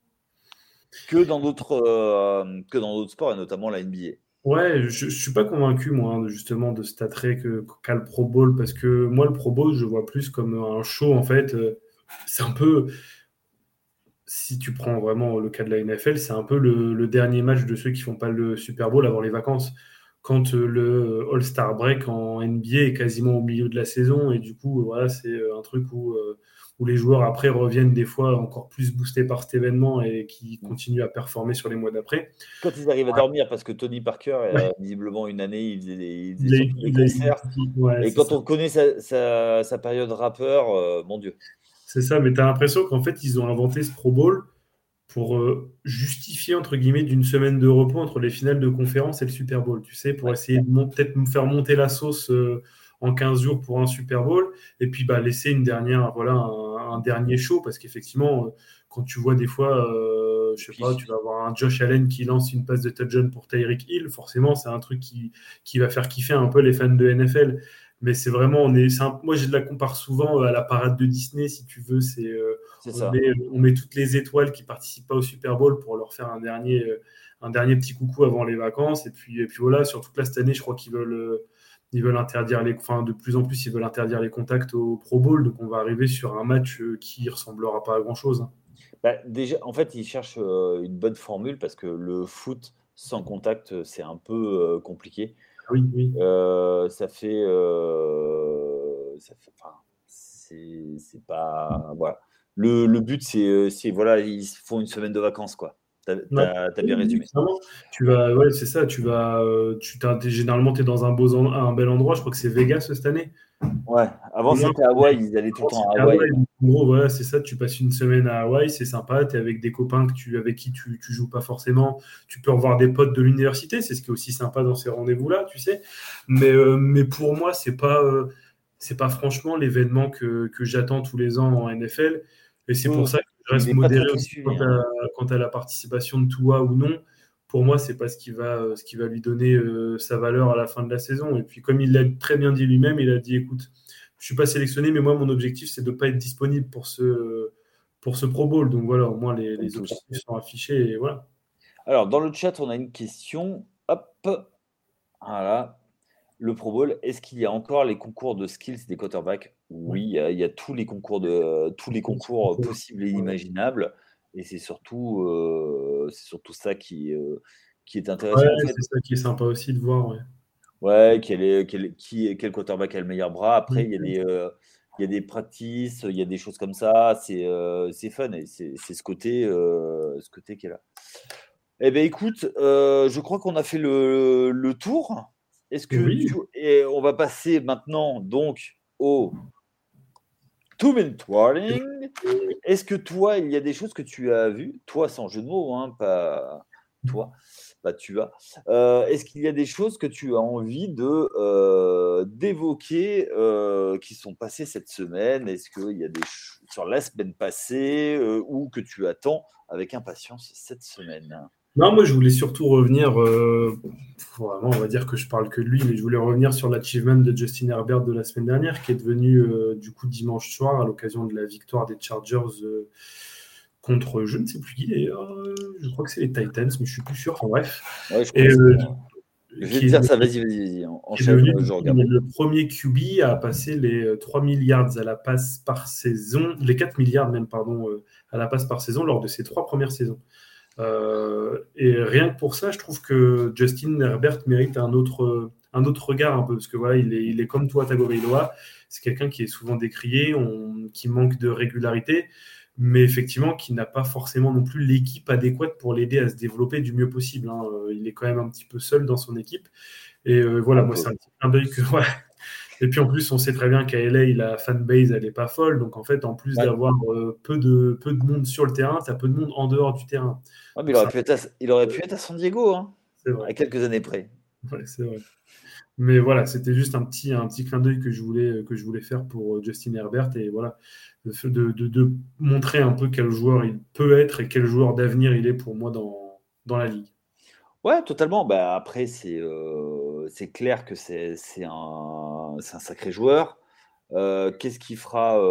que dans d'autres sports et notamment la NBA? ouais, je ne suis pas convaincu, moi, hein, justement, de cet attrait qu'a le Pro Bowl, parce que moi, le Pro Bowl, je vois plus comme un show, en fait. C'est un peu, si tu prends vraiment le cas de la NFL, c'est un peu le dernier match de ceux qui font pas le Super Bowl avant les vacances. Quand le All-Star Break en NBA est quasiment au milieu de la saison, et du coup, voilà, c'est un truc où les joueurs après reviennent des fois encore plus boostés par cet événement et qui continuent à performer sur les mois d'après. Quand ils arrivent à dormir, parce que Tony Parker, Ouais, visiblement, une année, il faisait surtout des concerts. ouais, Et c'est quand ça. on connaît sa période rappeur, mon Dieu. C'est ça, mais tu as l'impression qu'en fait, ils ont inventé ce Pro Bowl pour justifier, entre guillemets, d'une semaine de repos entre les finales de conférence et le Super Bowl, tu sais, pour Ouais. essayer de peut-être me faire monter la sauce en 15 jours pour un Super Bowl, et puis bah, laisser une dernière, voilà, un dernier show, parce qu'effectivement, quand tu vois des fois, Et je sais pas, puis, tu vas avoir un Josh Allen qui lance une passe de touchdown pour Tyreek Hill, forcément, c'est un truc qui va faire kiffer un peu les fans de NFL. Mais c'est vraiment, moi je la compare souvent à la parade de Disney, si tu veux. c'est On ça. met, on met toutes les étoiles qui participent pas au Super Bowl pour leur faire un dernier petit coucou avant les vacances. Et puis voilà, surtout que là, cette année, je crois ils veulent interdire enfin, de plus en plus, ils veulent interdire les contacts au Pro Bowl. Donc on va arriver sur un match qui ressemblera pas à grand chose, hein. Bah, déjà, en fait, ils cherchent une bonne formule parce que le foot sans contact, c'est un peu compliqué. Ah oui, oui. Enfin, c'est pas, voilà. Le but, voilà, ils font une semaine de vacances, quoi. Ouais. T'as Oui, bien oui, résumé. clairement. Tu vas, ouais, c'est ça. Généralement, tu es dans un bel endroit. Je crois que c'est Vegas cette année. Ouais, avant Moi, c'était Hawaï, ils allaient tout le temps à c'était Hawaï. Hawaï. Donc, en gros, voilà, c'est ça. Tu passes une semaine à Hawaï, c'est sympa. Tu es avec des copains avec qui tu joues pas forcément. Tu peux revoir des potes de l'université. C'est ce qui est aussi sympa dans ces rendez-vous-là, tu sais. Mais pour moi, c'est pas. c'est pas franchement l'événement que j'attends tous les ans en NFL. Et c'est pour Hum. ça que je Il reste n'est pas très modéré très aussi suivi, hein. quant à la participation de Tua ou non. Pour moi, c'est pas ce qui va lui donner sa valeur à la fin de la saison. Et puis, comme il l'a très bien dit lui-même, il a dit, écoute, je suis pas sélectionné, mais moi, mon objectif, c'est de pas être disponible pour ce Pro Bowl. Donc voilà, au moins Comme les tous. objectifs sont affichés et voilà. Alors, dans le chat, on a une question. Hop, voilà. Le Pro Bowl, est-ce qu'il y a encore les concours de skills des quarterbacks? Ouais. Oui, il y a tous les concours possibles et inimaginables. Et c'est surtout ça qui est Ouais, intéressant en fait. c'est ça qui est sympa aussi de voir. Ouais. Ouais, quel quarterback a le meilleur bras. Après, Mhm. il y a des practices, il y a des choses comme ça. C'est fun et c'est ce côté qui est là. Eh bien, écoute, je crois qu'on a fait le tour. Oui, Et on va passer maintenant donc au two-minute warning. Est-ce que toi, il y a des choses que tu as vues, toi sans jeu de mots, hein, pas toi, bah tu as. Est-ce qu'il y a des choses que tu as envie d'évoquer qui sont passées cette semaine? Est-ce qu'il y a sur la semaine passée ou que tu attends avec impatience cette semaine? non, moi je voulais surtout revenir, vraiment, on va dire que je parle que de lui, mais je voulais revenir sur l'achievement de Justin Herbert de la semaine dernière, qui est devenu du coup dimanche soir à l'occasion de la victoire des Chargers contre je ne sais plus qui d'ailleurs, je crois que c'est les Titans, mais je suis plus sûr. Enfin bref, Ouais, je crois et que c'est. Je vais te qui est, dire ça, vas-y, qui est enchaîne, devenu je regarde. le premier QB à passer les 3 milliards à la passe par saison, les 4 milliards même, pardon, à la passe par saison lors de ses 3 premières saisons. Et rien que pour ça, je trouve que Justin Herbert mérite un autre regard un peu, parce que voilà, il est comme toi, Tagovailoa. C'est quelqu'un qui est souvent décrié, qui manque de régularité, mais effectivement qui n'a pas forcément non plus l'équipe adéquate pour l'aider à se développer du mieux possible, hein. Il est quand même un petit peu seul dans son équipe. Et voilà, Un moi, peu. c'est un petit clin d'œil que. Ouais. Et puis en plus, on sait très bien qu'à LA, la fanbase, elle n'est pas folle. Donc en fait, en plus Ouais. d'avoir peu de monde sur le terrain, tu as peu de monde en dehors du terrain. Ouais, mais Donc ça, il aurait pu être à San Diego, hein, c'est vrai. à quelques années près. Ouais, c'est vrai. Mais voilà, c'était juste un petit clin d'œil que je voulais faire pour Justin Herbert. Et voilà, de montrer un peu quel joueur il peut être et quel joueur d'avenir il est pour moi dans la ligue. Ouais, totalement. Bah, après, c'est clair que c'est un sacré joueur. Qu'est-ce qu'il fera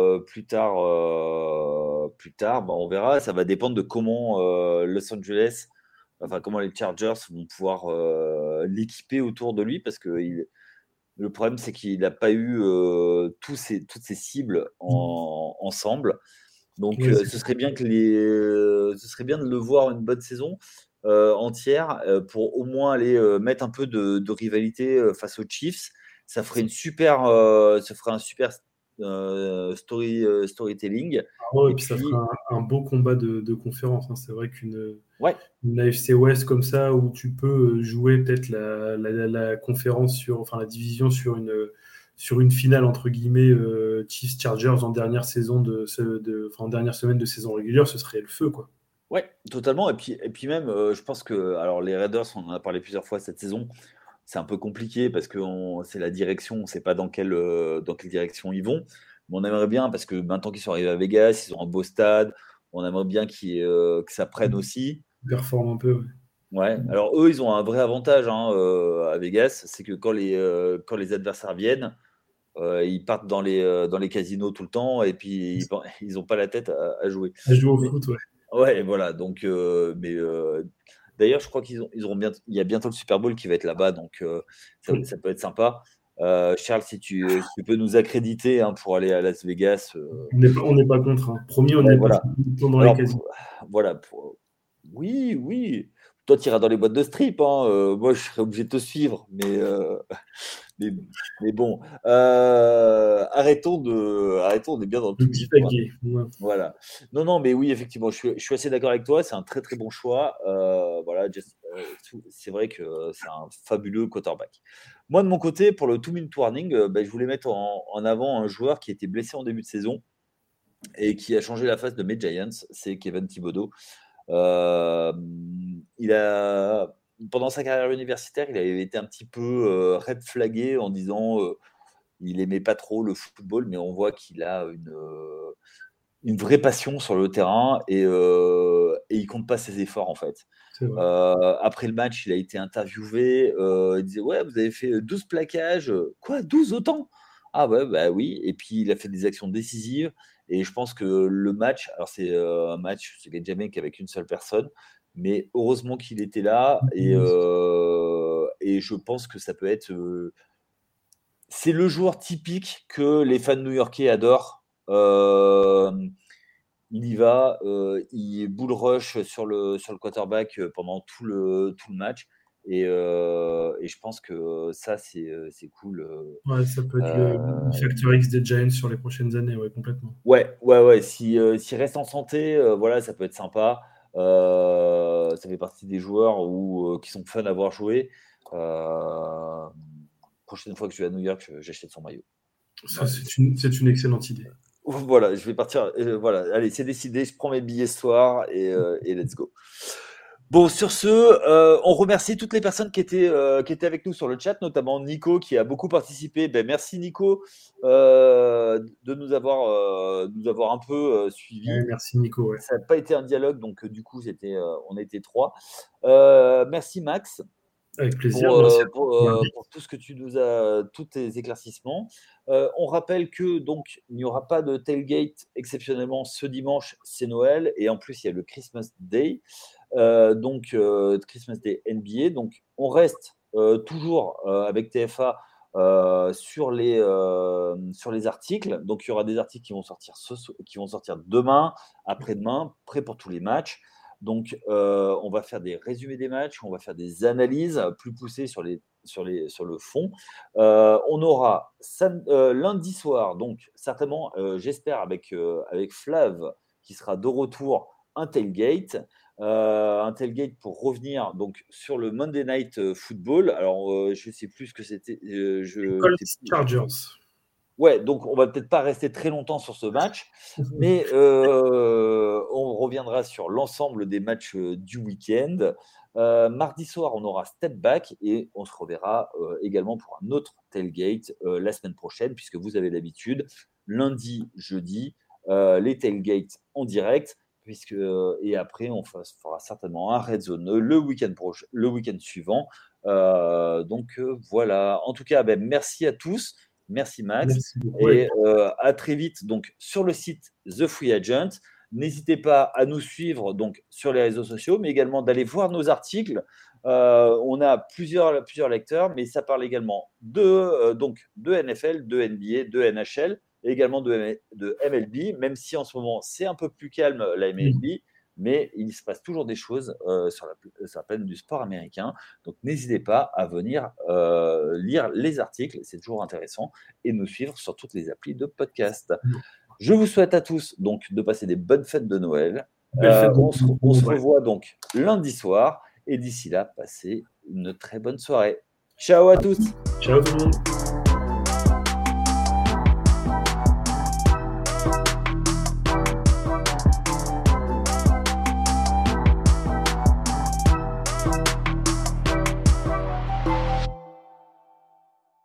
plus tard, bah, on verra. Ça va dépendre de comment Los Angeles, enfin comment les Chargers vont pouvoir l'équiper autour de lui, parce que le problème c'est qu'il n'a pas eu toutes ces cibles ensemble. Donc, Ouais, c'est ce serait bien de le voir une bonne saison entière pour au moins aller mettre un peu de rivalité face aux Chiefs. Ça ferait un super storytelling. ouais, et Et puis ça puis, fera un beau combat de conférence, hein. C'est vrai ouais, une AFC West comme ça où tu peux jouer peut-être la conférence enfin la division sur une finale entre guillemets Chiefs Chargers en dernière saison enfin, en dernière semaine de saison régulière, ce serait le feu quoi. ouais, totalement. Et puis même, je pense que alors les Raiders, on en a parlé plusieurs fois cette saison. C'est un peu compliqué parce que c'est la direction, on ne sait pas dans quelle direction ils vont. Mais on aimerait bien, parce que maintenant qu'ils sont arrivés à Vegas, ils ont un beau stade, on aimerait bien que ça prenne aussi. Ils performent un peu. Ouais. Ouais. Alors eux, ils ont un vrai avantage hein, à Vegas, c'est que quand les adversaires viennent, ils partent dans les casinos tout le temps et puis ils n'ont pas la tête à jouer. À jouer au Mais foot, ouais. ouais, voilà. Donc, d'ailleurs, je crois ils auront bien, il y a bientôt le Super Bowl qui va être là-bas, donc ça peut être sympa. Charles, si tu peux nous accréditer hein, pour aller à Las Vegas. On n'est pas contre, hein. Promis, on Ouais, n'est pas voilà. dans les Alors, casinos. voilà. Oui, oui. Toi, tu iras dans les boîtes de strip. Hein. Moi, je serais obligé de te suivre. Mais, mais bon, arrêtons, on est bien dans le Le tout. petit paquet. Ouais. Voilà. Non, non, mais oui, effectivement, je suis assez d'accord avec toi. C'est un très, très bon choix. Voilà, c'est vrai que c'est un fabuleux quarterback. Moi, de mon côté, pour le two-minute warning, ben, je voulais mettre en avant un joueur qui était blessé en début de saison et qui a changé la face de mes Giants. C'est Kevin Thibodeau. Euh, pendant sa carrière universitaire, il avait été un petit peu red flagué en disant il aimait pas trop le football, mais on voit qu'il a une vraie passion sur le terrain et il compte pas ses efforts en fait. Après le match, il a été interviewé. Il disait ouais, vous avez fait 12 plaquages. Quoi, 12 autant? Ah ouais, bah oui. Et puis il a fait des actions décisives. Et je pense que le match, alors c'est un match, c'est jamais qu'avec une seule personne, mais heureusement qu'il était là. Et je pense que ça peut être. C'est le joueur typique que les fans new-yorkais adorent. Il y va, il bull rush sur le quarterback pendant tout le match. Et je pense que ça, c'est cool. Ouais, ça peut être le facteur X des Giants sur les prochaines années, ouais, complètement. Ouais. S'il reste en santé, voilà, ça peut être sympa. Ça fait partie des joueurs qui sont fun à voir jouer. Prochaine fois que je vais à New York, j'achète son maillot. Ça, c'est une excellente idée. Voilà, je vais partir. Voilà, allez, c'est décidé. Je prends mes billets ce soir et let's go. Bon, sur ce, on remercie toutes les personnes qui étaient avec nous sur le chat, notamment Nico qui a beaucoup participé. Ben, merci Nico de nous avoir un peu suivis. Ouais, merci Nico. Ouais. Ça n'a pas été un dialogue, donc du coup, on était 3. Merci Max. Avec plaisir. Pour tout ce que tu nous as, tous tes éclaircissements. On rappelle que donc il n'y aura pas de tailgate exceptionnellement ce dimanche, c'est Noël et en plus il y a le Christmas Day, Christmas Day NBA. Donc on reste toujours avec TFA sur les articles. Donc il y aura des articles qui vont sortir demain, après-demain, prêts pour tous les matchs. Donc, on va faire des résumés des matchs, on va faire des analyses plus poussées sur le fond. On aura lundi soir, donc certainement, j'espère avec Flav, qui sera de retour, un tailgate pour revenir donc sur le Monday Night Football. Alors, je ne sais plus ce que c'était. Chargers. Ouais, donc on va peut-être pas rester très longtemps sur ce match, mais on reviendra sur l'ensemble des matchs du week-end. Mardi soir, on aura Step Back et on se reverra également pour un autre tailgate la semaine prochaine, puisque vous avez l'habitude, lundi, jeudi, les tailgates en direct, et après on fera certainement un Red Zone le week-end suivant. Voilà. En tout cas, merci à tous. Merci Max. Merci beaucoup. Et à très vite donc, sur le site The Free Agent. N'hésitez pas à nous suivre donc, sur les réseaux sociaux, mais également d'aller voir nos articles. On a plusieurs lecteurs, mais ça parle également de NFL, de NBA, de NHL, et également de MLB, même si en ce moment c'est un peu plus calme la MLB. Mais il se passe toujours des choses sur la planète du sport américain. Donc, n'hésitez pas à venir lire les articles, c'est toujours intéressant, et nous suivre sur toutes les applis de podcast. Je vous souhaite à tous donc de passer des bonnes fêtes de Noël. On se revoit donc lundi soir, et d'ici là, passez une très bonne soirée. Ciao à tous. Ciao tout le monde.